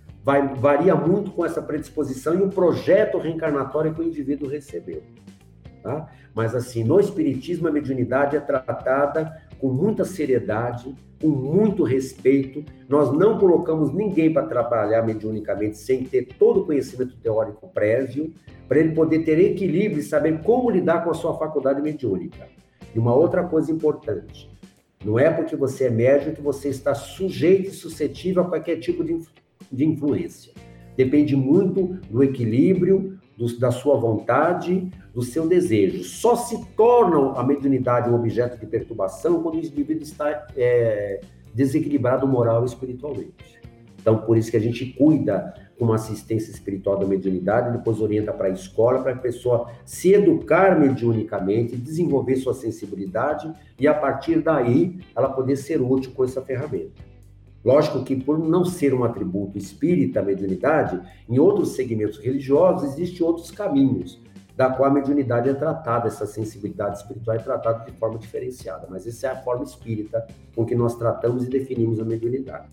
Varia muito com essa predisposição e o projeto reencarnatório que o indivíduo recebeu. Tá? Mas, assim, no Espiritismo, a mediunidade é tratada com muita seriedade, com muito respeito. Nós não colocamos ninguém para trabalhar mediunicamente sem ter todo o conhecimento teórico prévio, para ele poder ter equilíbrio e saber como lidar com a sua faculdade mediúnica. E uma outra coisa importante, não é porque você é médium que você está sujeito e suscetível a qualquer tipo de influência. Depende muito do equilíbrio, da sua vontade, do seu desejo. Só se torna a mediunidade um objeto de perturbação quando o indivíduo está desequilibrado moral e espiritualmente. Então, por isso que a gente cuida com uma assistência espiritual da mediunidade, depois orienta para a escola, para a pessoa se educar mediunicamente, desenvolver sua sensibilidade e, a partir daí, ela poder ser útil com essa ferramenta. Lógico que, por não ser um atributo espírita, a mediunidade, em outros segmentos religiosos, existem outros caminhos, da qual a mediunidade é tratada, essa sensibilidade espiritual é tratada de forma diferenciada. Mas essa é a forma espírita com que nós tratamos e definimos a mediunidade.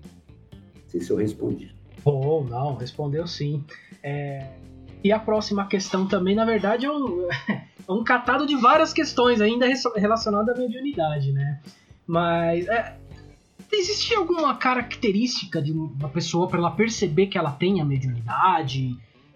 Não sei se eu respondi. Oh, não, respondeu sim. E a próxima questão também, na verdade, é um catado de várias questões ainda relacionadas à mediunidade, né? Mas... existe alguma característica de uma pessoa para ela perceber que ela tem a mediunidade?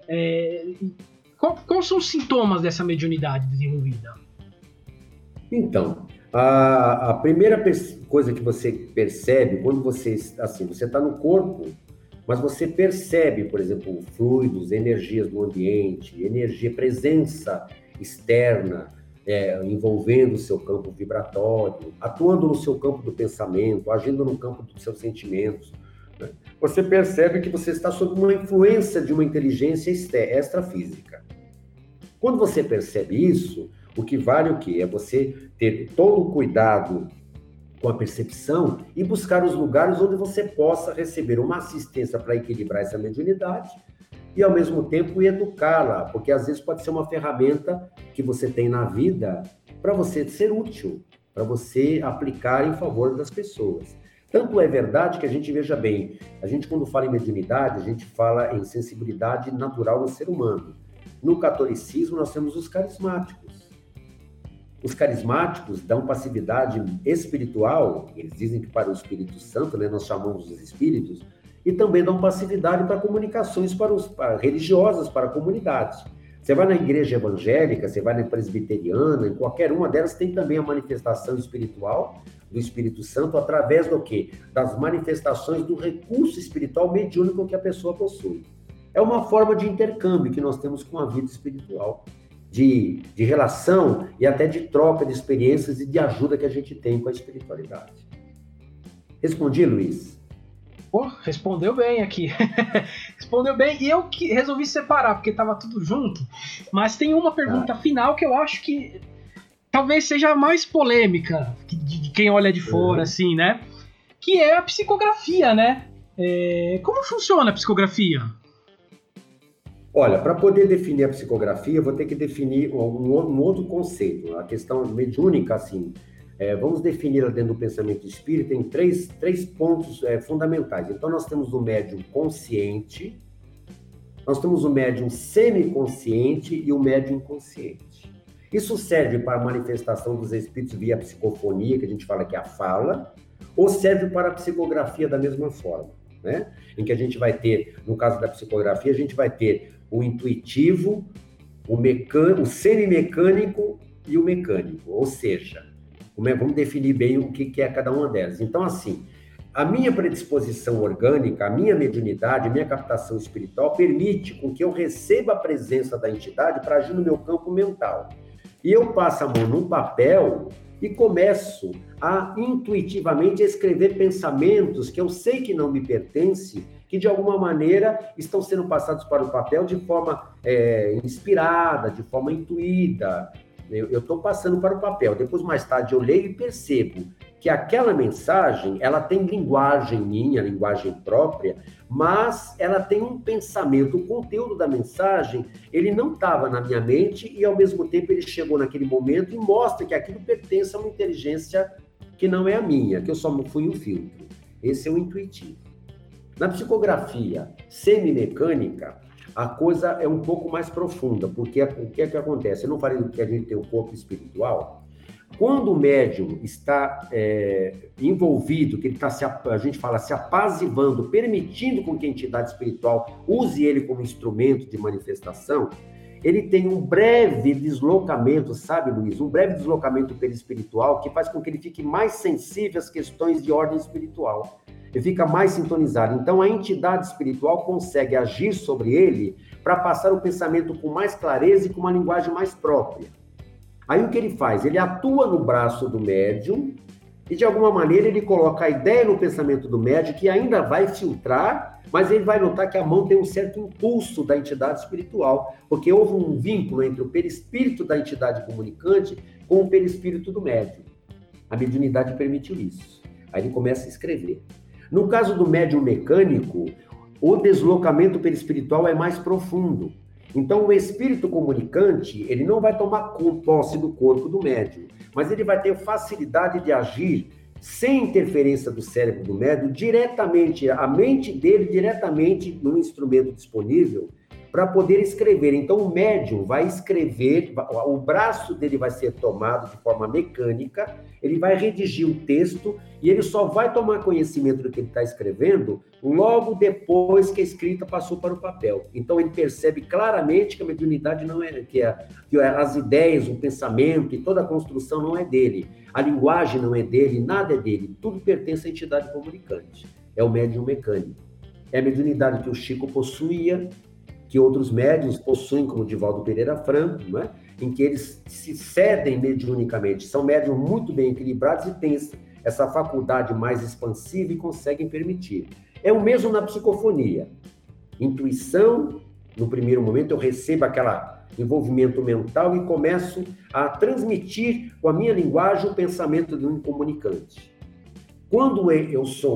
Quais são os sintomas dessa mediunidade desenvolvida? Então, a primeira coisa que você percebe quando você está no corpo, mas você percebe, por exemplo, fluidos, energias do ambiente, presença externa, envolvendo o seu campo vibratório, atuando no seu campo do pensamento, agindo no campo dos seus sentimentos. Né? Você percebe que você está sob uma influência de uma inteligência extrafísica. Quando você percebe isso, o que vale o quê? É você ter todo o cuidado com a percepção e buscar os lugares onde você possa receber uma assistência para equilibrar essa mediunidade e, ao mesmo tempo, educá-la, porque às vezes pode ser uma ferramenta que você tem na vida para você ser útil, para você aplicar em favor das pessoas. Tanto é verdade que a gente, veja bem, a gente quando fala em mediunidade, a gente fala em sensibilidade natural no ser humano. No catolicismo, nós temos os carismáticos. Os carismáticos dão passividade espiritual, eles dizem que para o Espírito Santo, né, nós chamamos os espíritos, e também dão passividade para comunicações religiosas, para comunidades. Você vai na igreja evangélica, você vai na presbiteriana, em qualquer uma delas tem também a manifestação espiritual do Espírito Santo através do quê? Das manifestações do recurso espiritual mediúnico que a pessoa possui. É uma forma de intercâmbio que nós temos com a vida espiritual, de relação e até de troca de experiências e de ajuda que a gente tem com a espiritualidade. Respondi, Luiz? Pô, respondeu bem aqui. Respondeu bem. E eu que resolvi separar, porque estava tudo junto. Mas tem uma pergunta final que eu acho que talvez seja a mais polêmica de quem olha de fora, assim, né? Que é a psicografia, né? Como funciona a psicografia? Olha, para poder definir a psicografia, eu vou ter que definir um outro conceito. A questão mediúnica, assim, vamos defini-la dentro do pensamento espírita em três pontos fundamentais. Então, nós temos o médium consciente, nós temos o médium semiconsciente e o médium inconsciente. Isso serve para a manifestação dos espíritos via psicofonia, que a gente fala que é a fala, ou serve para a psicografia da mesma forma, né? Em que a gente vai ter, no caso da psicografia, a gente vai ter o intuitivo, o semimecânico e o mecânico, ou seja, vamos definir bem o que é cada uma delas. Então, assim, a minha predisposição orgânica, a minha mediunidade, a minha captação espiritual permite com que eu receba a presença da entidade para agir no meu campo mental. E eu passo a mão num papel e começo a intuitivamente escrever pensamentos que eu sei que não me pertencem, que de alguma maneira estão sendo passados para o papel de forma inspirada, de forma intuída. Eu estou passando para o papel. Depois, mais tarde, eu leio e percebo que aquela mensagem, ela tem linguagem minha, linguagem própria, mas ela tem um pensamento, o conteúdo da mensagem, ele não estava na minha mente e, ao mesmo tempo, ele chegou naquele momento e mostra que aquilo pertence a uma inteligência que não é a minha, que eu só fui um filtro. Esse é o intuitivo. Na psicografia semimecânica, a coisa é um pouco mais profunda, porque o que é que acontece? Eu não falei do que a gente tem o corpo espiritual. Quando o médium está envolvido, que ele está, a gente fala, se apaziguando, permitindo com que a entidade espiritual use ele como instrumento de manifestação, ele tem um breve deslocamento, sabe, Luiz? Um breve deslocamento perispiritual que faz com que ele fique mais sensível às questões de ordem espiritual. Ele fica mais sintonizado. Então, a entidade espiritual consegue agir sobre ele para passar o pensamento com mais clareza e com uma linguagem mais própria. Aí, o que ele faz? Ele atua no braço do médium e, de alguma maneira, ele coloca a ideia no pensamento do médium que ainda vai filtrar, mas ele vai notar que a mão tem um certo impulso da entidade espiritual, porque houve um vínculo entre o perispírito da entidade comunicante com o perispírito do médium. A mediunidade permitiu isso. Aí ele começa a escrever. No caso do médium mecânico, o deslocamento perispiritual é mais profundo. Então, o espírito comunicante, ele não vai tomar posse do corpo do médium, mas ele vai ter facilidade de agir sem interferência do cérebro do médium, diretamente, a mente dele diretamente no instrumento disponível para poder escrever. Então, o médium vai escrever, o braço dele vai ser tomado de forma mecânica, ele vai redigir o texto e ele só vai tomar conhecimento do que ele está escrevendo logo depois que a escrita passou para o papel. Então, ele percebe claramente que a mediunidade não é, que as ideias, o pensamento e toda a construção não é dele, a linguagem não é dele, nada é dele, tudo pertence à entidade comunicante. É o médium mecânico. É a mediunidade que o Chico possuía, que outros médiuns possuem, como o Divaldo Pereira Franco, não é? Em que eles se cedem mediunicamente. São médiuns muito bem equilibrados e têm essa faculdade mais expansiva e conseguem permitir. É o mesmo na psicofonia. Intuição, no primeiro momento eu recebo aquele envolvimento mental e começo a transmitir com a minha linguagem o pensamento de um comunicante. Quando eu sou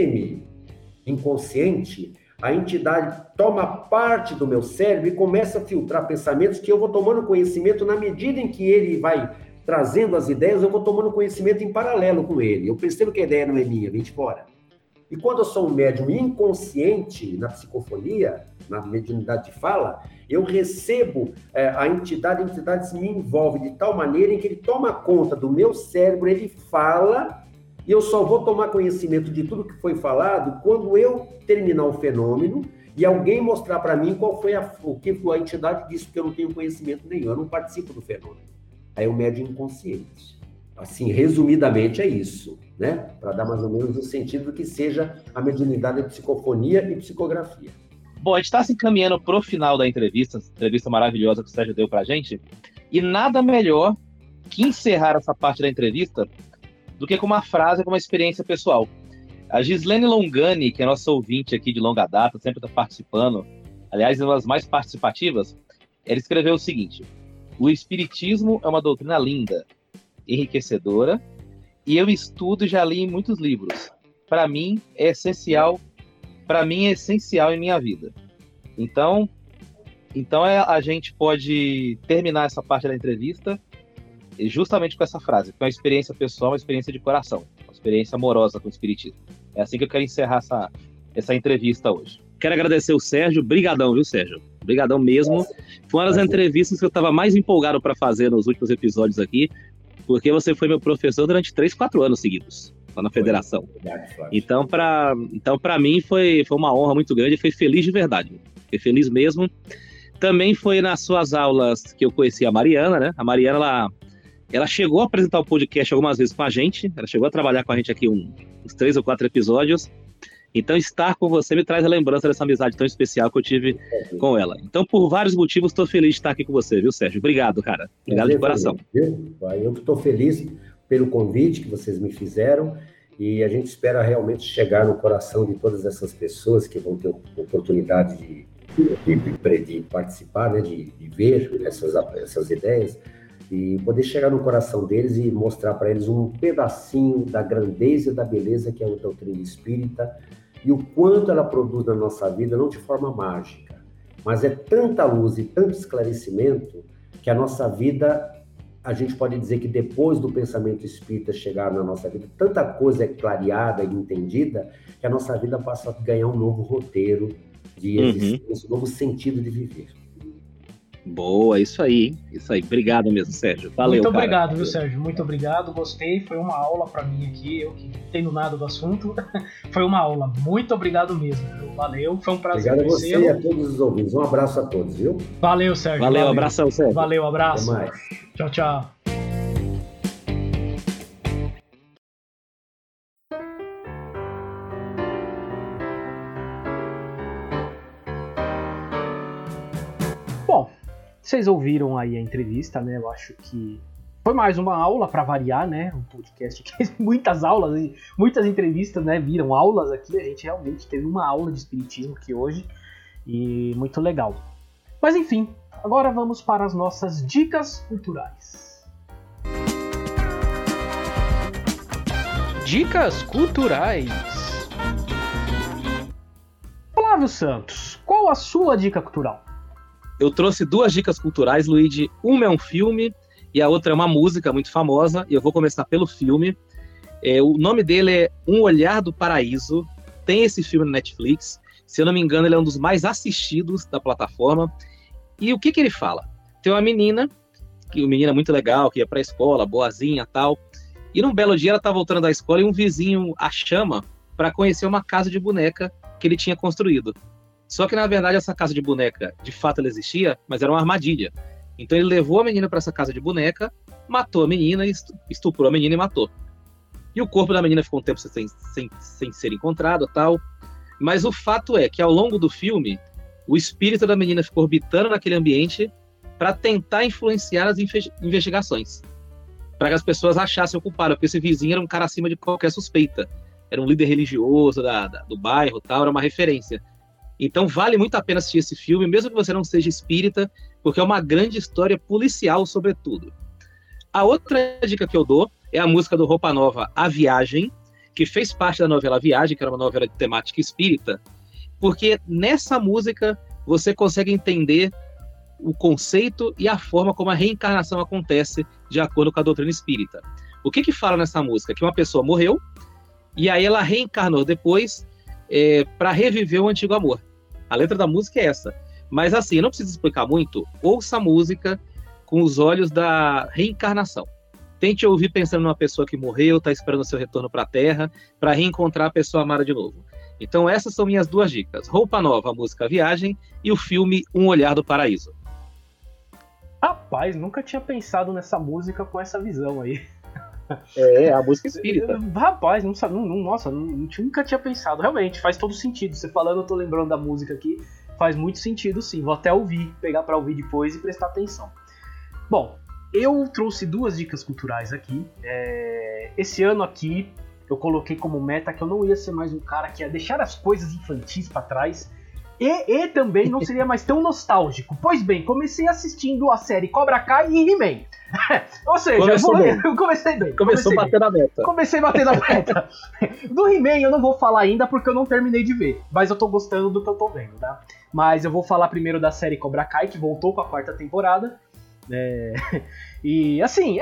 semi-inconsciente, a entidade toma parte do meu cérebro e começa a filtrar pensamentos que eu vou tomando conhecimento na medida em que ele vai trazendo as ideias, eu vou tomando conhecimento em paralelo com ele. Eu percebo que a ideia não é minha, vem de fora. E quando eu sou um médium inconsciente na psicofonia, na mediunidade de fala, eu recebo a entidade se me envolve de tal maneira em que ele toma conta do meu cérebro, ele fala, e eu só vou tomar conhecimento de tudo que foi falado quando eu terminar o fenômeno e alguém mostrar para mim o que a entidade disse, porque eu não tenho conhecimento nenhum, eu não participo do fenômeno. Aí é o médium inconsciente. Assim, resumidamente é isso, né? Para dar mais ou menos o sentido do que seja a mediunidade de psicofonia e psicografia. Bom, a gente está se encaminhando para o final da entrevista maravilhosa que o Sérgio deu para a gente, e nada melhor que encerrar essa parte da entrevista do que com uma frase, com uma experiência pessoal. A Gislene Longani, que é nossa ouvinte aqui de longa data, sempre está participando, aliás, é uma das mais participativas, ela escreveu o seguinte: o Espiritismo é uma doutrina linda, enriquecedora, e eu estudo e já li em muitos livros. Para mim é essencial em minha vida. Então a gente pode terminar essa parte da entrevista justamente com essa frase, que é uma experiência pessoal, uma experiência de coração, uma experiência amorosa com o Espiritismo. É assim que eu quero encerrar essa entrevista hoje. Quero agradecer o Sérgio, brigadão, viu, Sérgio? Brigadão mesmo. Foi uma das entrevistas que eu estava mais empolgado para fazer nos últimos episódios aqui, porque você foi meu professor durante 3-4 anos seguidos, lá na federação. Então, para mim, foi uma honra muito grande, foi feliz de verdade. Fiquei feliz mesmo. Também foi nas suas aulas que eu conheci a Mariana, né? A Mariana, ela chegou a apresentar o podcast algumas vezes com a gente, ela chegou a trabalhar com a gente aqui uns 3 ou 4 episódios. Então, estar com você me traz a lembrança dessa amizade tão especial que eu tive com ela. Então, por vários motivos, estou feliz de estar aqui com você, viu, Sérgio? Obrigado, cara. Obrigado de coração. Eu que estou feliz pelo convite que vocês me fizeram e a gente espera realmente chegar no coração de todas essas pessoas que vão ter oportunidade de participar, né, de ver essas ideias e poder chegar no coração deles e mostrar para eles um pedacinho da grandeza e da beleza que é a doutrina espírita e o quanto ela produz na nossa vida, não de forma mágica, mas é tanta luz e tanto esclarecimento que a nossa vida, a gente pode dizer que depois do pensamento espírita chegar na nossa vida, tanta coisa é clareada e entendida que a nossa vida passa a ganhar um novo roteiro de existência, um novo sentido de viver. Boa, isso aí, hein? Isso aí. Obrigado mesmo, Sérgio. Valeu, muito obrigado, viu, Sérgio? Muito obrigado, gostei. Foi uma aula para mim aqui, eu que não tenho nada do assunto. Foi uma aula. Muito obrigado mesmo. Valeu, foi um prazer. Obrigado a você e a todos os ouvintes. Um abraço a todos, viu? Valeu, Sérgio. Valeu, abração, Sérgio. Valeu, abraço. Até mais. Tchau, tchau. Vocês ouviram aí a entrevista, né? Eu acho que foi mais uma aula para variar, né? Um podcast que muitas aulas e muitas entrevistas, né? Viram aulas aqui. A gente realmente teve uma aula de espiritismo aqui hoje e muito legal. Mas enfim, agora vamos para as nossas dicas culturais. Dicas culturais. Flávio Santos, qual a sua dica cultural? Eu trouxe 2 dicas culturais, Luigi. Uma é um filme e a outra é uma música muito famosa. E eu vou começar pelo filme. O nome dele é Um Olhar do Paraíso. Tem esse filme no Netflix. Se eu não me engano, ele é um dos mais assistidos da plataforma. E o que ele fala? Tem uma menina muito legal, que ia pra escola, boazinha e tal. E num belo dia ela tá voltando da escola e um vizinho a chama para conhecer uma casa de boneca que ele tinha construído. Só que, na verdade, essa casa de boneca, de fato, ela existia, mas era uma armadilha. Então, ele levou a menina para essa casa de boneca, matou a menina, estuprou a menina e matou. E o corpo da menina ficou um tempo sem ser encontrado e tal. Mas o fato é que ao longo do filme, o espírito da menina ficou orbitando naquele ambiente para tentar influenciar as investigações. Para que as pessoas achassem o culpado, porque esse vizinho era um cara acima de qualquer suspeita. Era um líder religioso do bairro, tal, era uma referência. Então vale muito a pena assistir esse filme, mesmo que você não seja espírita, porque é uma grande história policial, sobretudo. A outra dica que eu dou é a música do Roupa Nova, A Viagem, que fez parte da novela Viagem, que era uma novela de temática espírita, porque nessa música você consegue entender o conceito e a forma como a reencarnação acontece de acordo com a doutrina espírita. O que fala nessa música? Que uma pessoa morreu e aí ela reencarnou depois para reviver o antigo amor. A letra da música é essa. Mas assim, eu não preciso explicar muito. Ouça a música com os olhos da reencarnação. Tente ouvir pensando numa pessoa que morreu, está esperando o seu retorno para a Terra, para reencontrar a pessoa amada de novo. Então essas são minhas 2 dicas. Roupa Nova, a música Viagem, e o filme Um Olhar do Paraíso. Rapaz, nunca tinha pensado nessa música com essa visão aí. A música espírita. Rapaz, nunca tinha pensado. Realmente, faz todo sentido. Você falando, eu tô lembrando da música aqui. Faz muito sentido, sim. Vou até ouvir, pegar pra ouvir depois e prestar atenção. Bom, eu trouxe 2 dicas culturais aqui. Esse ano aqui, eu coloquei como meta que eu não ia ser mais um cara que ia deixar as coisas infantis pra trás. E também não seria mais tão nostálgico. Pois bem, comecei assistindo a série Cobra Kai e He-Man. Ou seja, eu comecei bem. Começou batendo a meta. Comecei batendo a meta. Do He-Man eu não vou falar ainda porque eu não terminei de ver. Mas eu tô gostando do que eu tô vendo, tá? Mas eu vou falar primeiro da série Cobra Kai, que voltou com a 4ª temporada. E assim,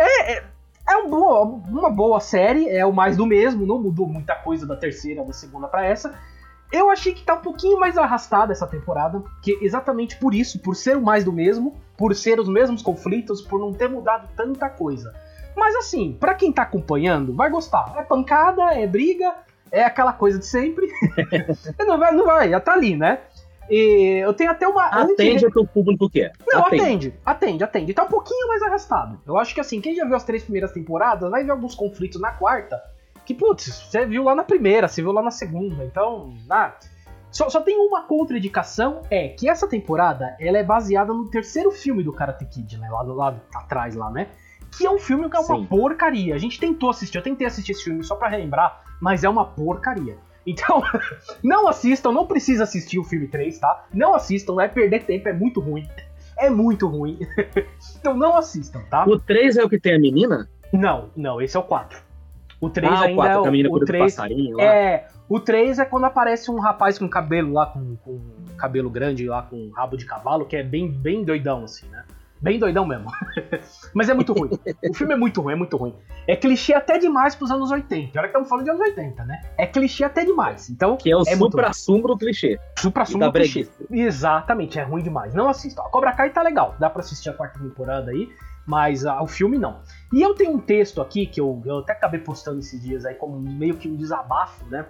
uma boa série. É o mais do mesmo. Não mudou muita coisa da 3ª, da 2ª pra essa. Eu achei que tá um pouquinho mais arrastada essa temporada, que exatamente por isso, por ser o mais do mesmo, por ser os mesmos conflitos, por não ter mudado tanta coisa. Mas assim, pra quem tá acompanhando, vai gostar. É pancada, é briga, é aquela coisa de sempre. não vai, já tá ali, né? E eu tenho até uma... Atende o que o público quer. Não, atende. Tá um pouquinho mais arrastado. Eu acho que assim, quem já viu as 3 primeiras temporadas, vai ver alguns conflitos na 4ª, que, putz, você viu lá na 1ª, você viu lá na 2ª, então, só tem uma contraindicação, é que essa temporada, ela é baseada no 3º filme do Karate Kid, né, lá atrás, lá, né, que é um filme que é uma porcaria. A gente tentou assistir, eu tentei assistir esse filme só pra relembrar, mas é uma porcaria. Então, não assistam, não precisa assistir o filme 3, tá? Não assistam, vai perder tempo, é muito ruim. É muito ruim. Então não assistam, tá? O 3 é o que tem a menina? Não, esse é o 4. O 3 ainda 4, é a menina o 3, passarinho lá. O 3 é quando aparece um rapaz com cabelo lá, com cabelo grande lá, com rabo de cavalo, que é bem doidão, assim, né? Bem doidão mesmo. Mas é muito ruim. O filme é muito ruim. É clichê até demais pros anos 80. Olha que estamos falando de anos 80, né? É clichê até demais. Então, que é o supra-sumo do clichê. Supra-sumo do clichê. Exatamente, é ruim demais. Não assistam. A Cobra Kai tá legal. Dá pra assistir a 4ª temporada aí. Mas o filme não. E eu tenho um texto aqui que eu até acabei postando esses dias aí como meio que um desabafo, né?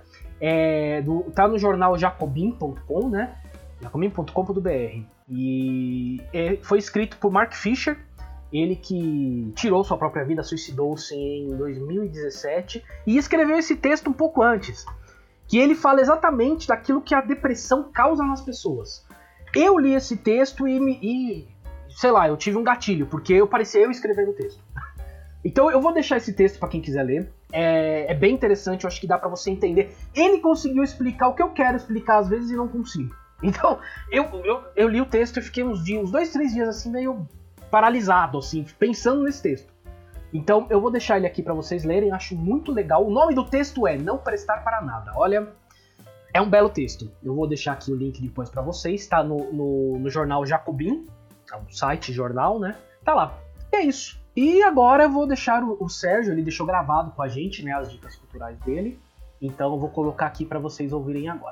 Tá no jornal jacobin.com, né? jacobin.com.br. E foi escrito por Mark Fisher, ele que tirou sua própria vida, suicidou-se em 2017 e escreveu esse texto um pouco antes, que ele fala exatamente daquilo que a depressão causa nas pessoas. Eu li esse texto e sei lá, eu tive um gatilho, porque parecia eu escrevendo o texto. Então eu vou deixar esse texto para quem quiser ler. É bem interessante, eu acho que dá para você entender. Ele conseguiu explicar o que eu quero explicar às vezes e não consigo. Então eu li o texto e fiquei uns 2, 3 dias assim meio paralisado, assim, pensando nesse texto. Então eu vou deixar ele aqui para vocês lerem, acho muito legal. O nome do texto é Não Prestar para Nada. Olha, é um belo texto. Eu vou deixar aqui o link depois para vocês. Está no jornal Jacobin, é um site, jornal, né? Tá lá. E é isso. E agora eu vou deixar o Sérgio, ele deixou gravado com a gente, né, as dicas culturais dele. Então eu vou colocar aqui para vocês ouvirem agora.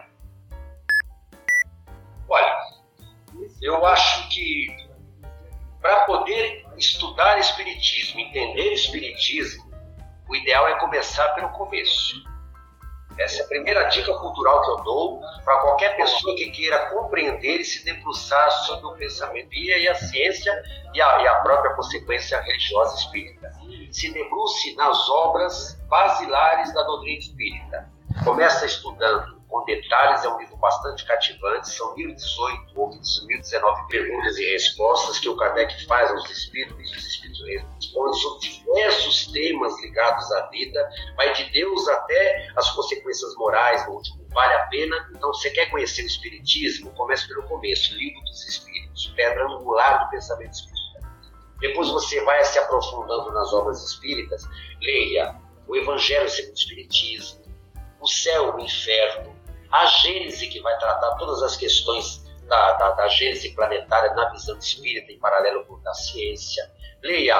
Olha, eu acho que para poder estudar Espiritismo, entender Espiritismo, o ideal é começar pelo começo. Essa é a primeira dica cultural que eu dou para qualquer pessoa que queira compreender e se debruçar sobre o pensamento e a ciência e a própria consequência religiosa espírita. Se debruce nas obras basilares da doutrina espírita. Começa estudando com detalhes, é um livro bastante cativante, são 1018 ou 1019 perguntas e respostas que o Kardec faz aos espíritos, e os espíritos respondem sobre diversos temas ligados à vida, vai de Deus até as consequências morais, no último, vale a pena. Então, você quer conhecer o Espiritismo? Comece pelo começo, Livro dos Espíritos, pedra angular do pensamento espírita. Depois você vai se aprofundando nas obras espíritas, leia o Evangelho segundo o Espiritismo, o Céu e o Inferno, a Gênese, que vai tratar todas as questões da Gênese planetária na visão espírita, em paralelo com a ciência. Leia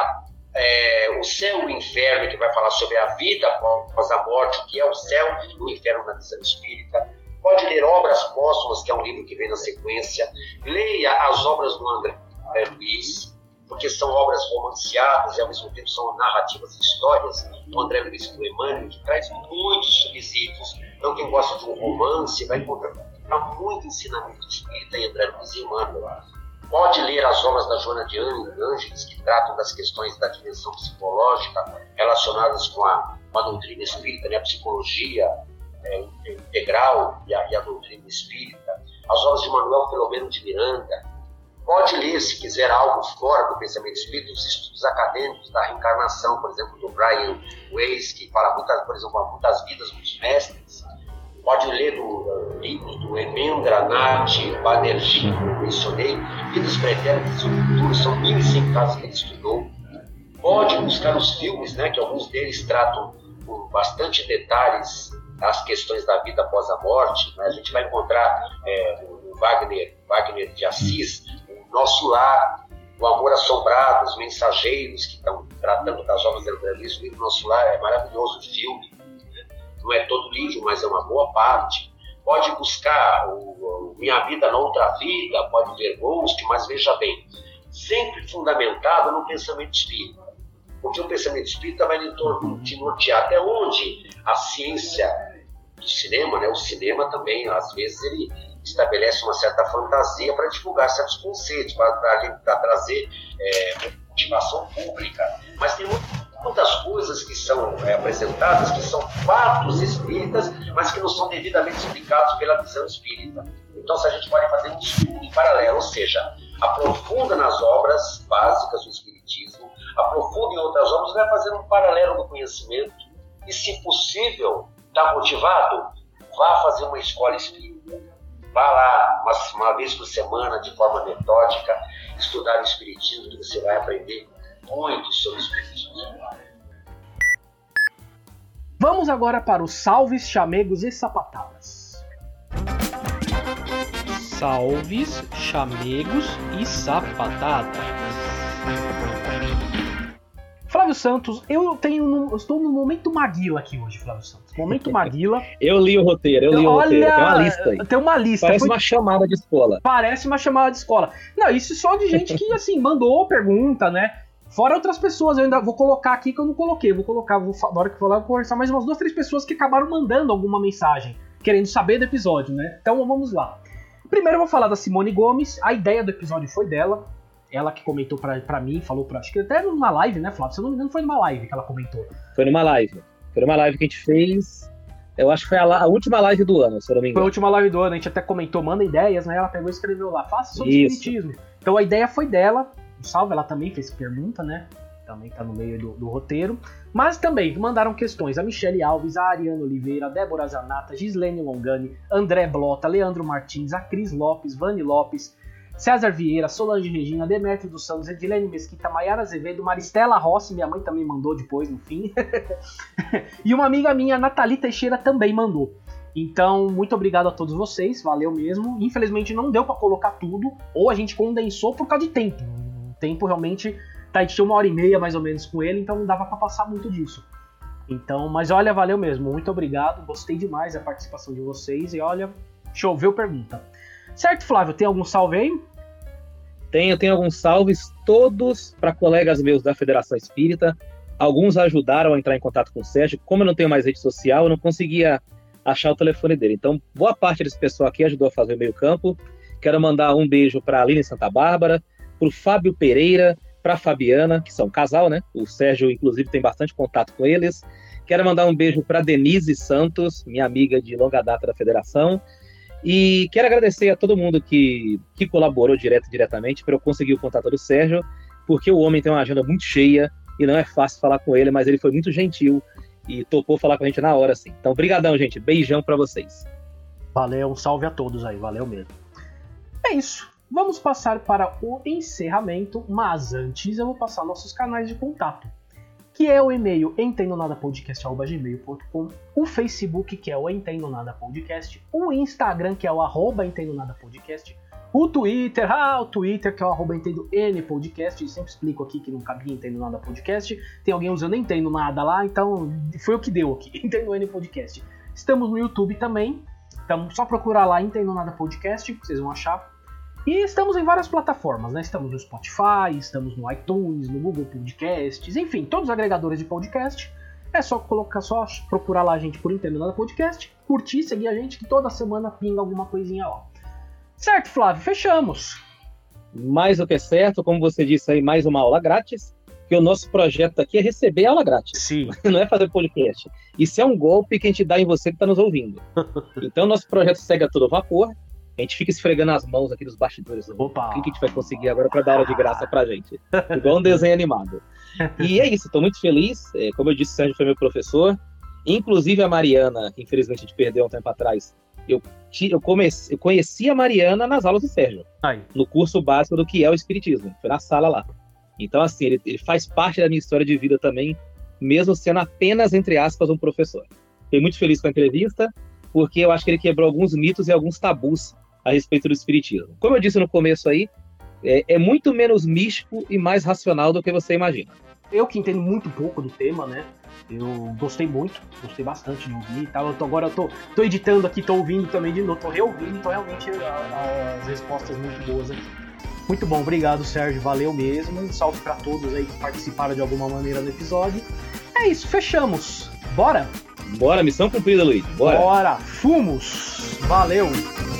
o Céu e o Inferno, que vai falar sobre a vida após a morte, o que é o céu e o inferno na visão espírita. Pode ler Obras Póstumas, que é um livro que vem na sequência. Leia as obras do André Luiz, porque são obras romanceadas e ao mesmo tempo são narrativas e histórias do André Luiz e do Emmanuel, que traz muitos subsídios. Então, quem gosta de um romance vai encontrar muito ensinamento espírita em André Luiz e Emmanuel. Pode ler as obras da Joana de Ângeles, que tratam das questões da dimensão psicológica relacionadas com a doutrina espírita, né? A psicologia integral e a doutrina espírita. As obras de Manuel Filomeno de Miranda. Pode ler, se quiser, algo fora do pensamento espírita, os estudos acadêmicos da reencarnação, por exemplo, do Brian Weiss, que fala, por exemplo, muitas vidas dos mestres. Pode ler livros do Emendranath Banerjee, que eu mencionei, Vidas Pretéritas e o Futuro, são 1.100 casos que ele estudou. Pode buscar os filmes, né, que alguns deles tratam com bastante detalhes as questões da vida após a morte. Né? A gente vai encontrar o Wagner de Assis, Nosso Lar, O Amor Assombrado, Os Mensageiros, que estão tratando das obras do André Luiz. O livro Nosso Lar é maravilhoso, o filme. Não é todo livro, mas é uma boa parte. Pode buscar o Minha Vida na Outra Vida, pode ver Ghost, mas veja bem, sempre fundamentado no pensamento espírita. Porque o pensamento espírita vai te nortear até onde a ciência do cinema, né, o cinema também, às vezes, ele estabelece uma certa fantasia para divulgar certos conceitos, para trazer motivação pública. Mas tem muitas coisas que são apresentadas, que são fatos espíritas, mas que não são devidamente explicados pela visão espírita. Então, se a gente pode fazer um estudo em paralelo, ou seja, aprofunda nas obras básicas do espiritismo, aprofunda em outras obras, vai fazer um paralelo do conhecimento e, se possível, está motivado, vá fazer uma escola espírita. Vá lá uma vez por semana, de forma metódica, estudar o espiritismo, que você vai aprender muito sobre o espiritismo. Vamos agora para os salves, chamegos e sapatadas. Salves, chamegos e sapatadas. Flávio Santos, eu estou no momento Maguila aqui hoje, Flávio Santos. Momento Maguila. Eu li o roteiro. Tem uma lista aí. Tem uma lista. Parece uma chamada de escola. Parece uma chamada de escola. Não, isso só de gente que, assim, mandou pergunta, né? Fora outras pessoas, eu ainda vou colocar aqui que eu não coloquei. Na hora que for lá, eu vou conversar mais umas 2, 3 pessoas que acabaram mandando alguma mensagem, querendo saber do episódio, né? Então vamos lá. Primeiro eu vou falar da Simone Gomes. A ideia do episódio foi dela. Ela que comentou pra mim, falou acho que até numa live, né, Flávio? Se eu não me engano, foi numa live que ela comentou. Foi numa live que a gente fez. Eu acho que foi a última live do ano, se eu não me engano. Foi a última live do ano, a gente até comentou, manda ideias, né? Ela pegou e escreveu lá, faça sobre espiritismo. Então a ideia foi dela. Salve, ela também fez pergunta, né? Também tá no meio do roteiro. Mas também mandaram questões a Michele Alves, a Ariana Oliveira, a Débora Zanata, Gislene Longani, André Blota, Leandro Martins, a Cris Lopes, Vani Lopes, César Vieira, Solange Regina, Demétrio dos Santos, Edilene Mesquita, Maiara Azevedo, Maristela Rossi, minha mãe também mandou depois, no fim. E uma amiga minha, Nathalie Teixeira, também mandou. Então, muito obrigado a todos vocês, valeu mesmo. Infelizmente não deu pra colocar tudo, ou a gente condensou por causa de tempo. O tempo realmente, a gente tinha 1h30 mais ou menos com ele, então não dava pra passar muito disso. Então, mas olha, valeu mesmo, muito obrigado, gostei demais da participação de vocês e olha, choveu pergunta. Certo, Flávio, tem algum salve aí? Tenho alguns salves, todos para colegas meus da Federação Espírita. Alguns ajudaram a entrar em contato com o Sérgio. Como eu não tenho mais rede social, eu não conseguia achar o telefone dele. Então, boa parte desse pessoal aqui ajudou a fazer o meio campo. Quero mandar um beijo para a Aline Santa Bárbara, para o Fábio Pereira, para a Fabiana, que são um casal, né? O Sérgio, inclusive, tem bastante contato com eles. Quero mandar um beijo para Denise Santos, minha amiga de longa data da federação. E quero agradecer a todo mundo que colaborou diretamente para eu conseguir o contato do Sérgio, porque o homem tem uma agenda muito cheia e não é fácil falar com ele, mas ele foi muito gentil e topou falar com a gente na hora, assim. Então, brigadão, gente. Beijão para vocês. Valeu, um salve a todos aí, valeu mesmo. É isso, vamos passar para o encerramento, mas antes eu vou passar nossos canais de contato, que é o e-mail entendonadapodcast@gmail.com, o Facebook, que é o Entendo Nada Podcast, o Instagram, que é o @entendonadapodcast, o Twitter, que é o @entendonpodcast, sempre explico aqui que não cabia Entendo Nada Podcast, tem alguém usando Entendo Nada lá, então foi o que deu aqui, Entendo N Podcast. Estamos no YouTube também, então só procurar lá Entendo Nada Podcast, vocês vão achar. E estamos em várias plataformas, né? Estamos no Spotify, estamos no iTunes, no Google Podcasts, enfim, todos os agregadores de podcast. É só procurar lá a gente por Entendo Nada Podcast, curtir, seguir a gente, que toda semana pinga alguma coisinha lá. Certo, Flávio, fechamos. Mais do que certo, como você disse aí, mais uma aula grátis, que o nosso projeto aqui é receber aula grátis. Sim. Não é fazer podcast. Isso é um golpe que a gente dá em você que está nos ouvindo. Então, nosso projeto segue a todo vapor. A gente fica esfregando as mãos aqui dos bastidores. Opa! O que a gente vai conseguir agora para dar aula de graça pra gente? Igual um desenho animado. E é isso, estou muito feliz. Como eu disse, o Sérgio foi meu professor. Inclusive a Mariana, que infelizmente a gente perdeu um tempo atrás. Eu conheci a Mariana nas aulas do Sérgio. Aí. No curso básico do que é o Espiritismo. Foi na sala lá. Então, assim, ele faz parte da minha história de vida também, mesmo sendo apenas, entre aspas, um professor. Fiquei muito feliz com a entrevista, porque eu acho que ele quebrou alguns mitos e alguns tabus a respeito do espiritismo. Como eu disse no começo aí, é muito menos místico e mais racional do que você imagina. Eu que entendo muito pouco do tema, né? Eu gostei bastante de ouvir e tal. Agora eu tô editando aqui, tô ouvindo também de novo, tô reouvindo, então realmente as respostas muito boas aqui. Muito bom, obrigado, Sérgio, valeu mesmo. Um salve pra todos aí que participaram de alguma maneira do episódio. É isso, fechamos. Bora? Bora, missão cumprida, Luiz. Bora. Bora, fumos. Valeu.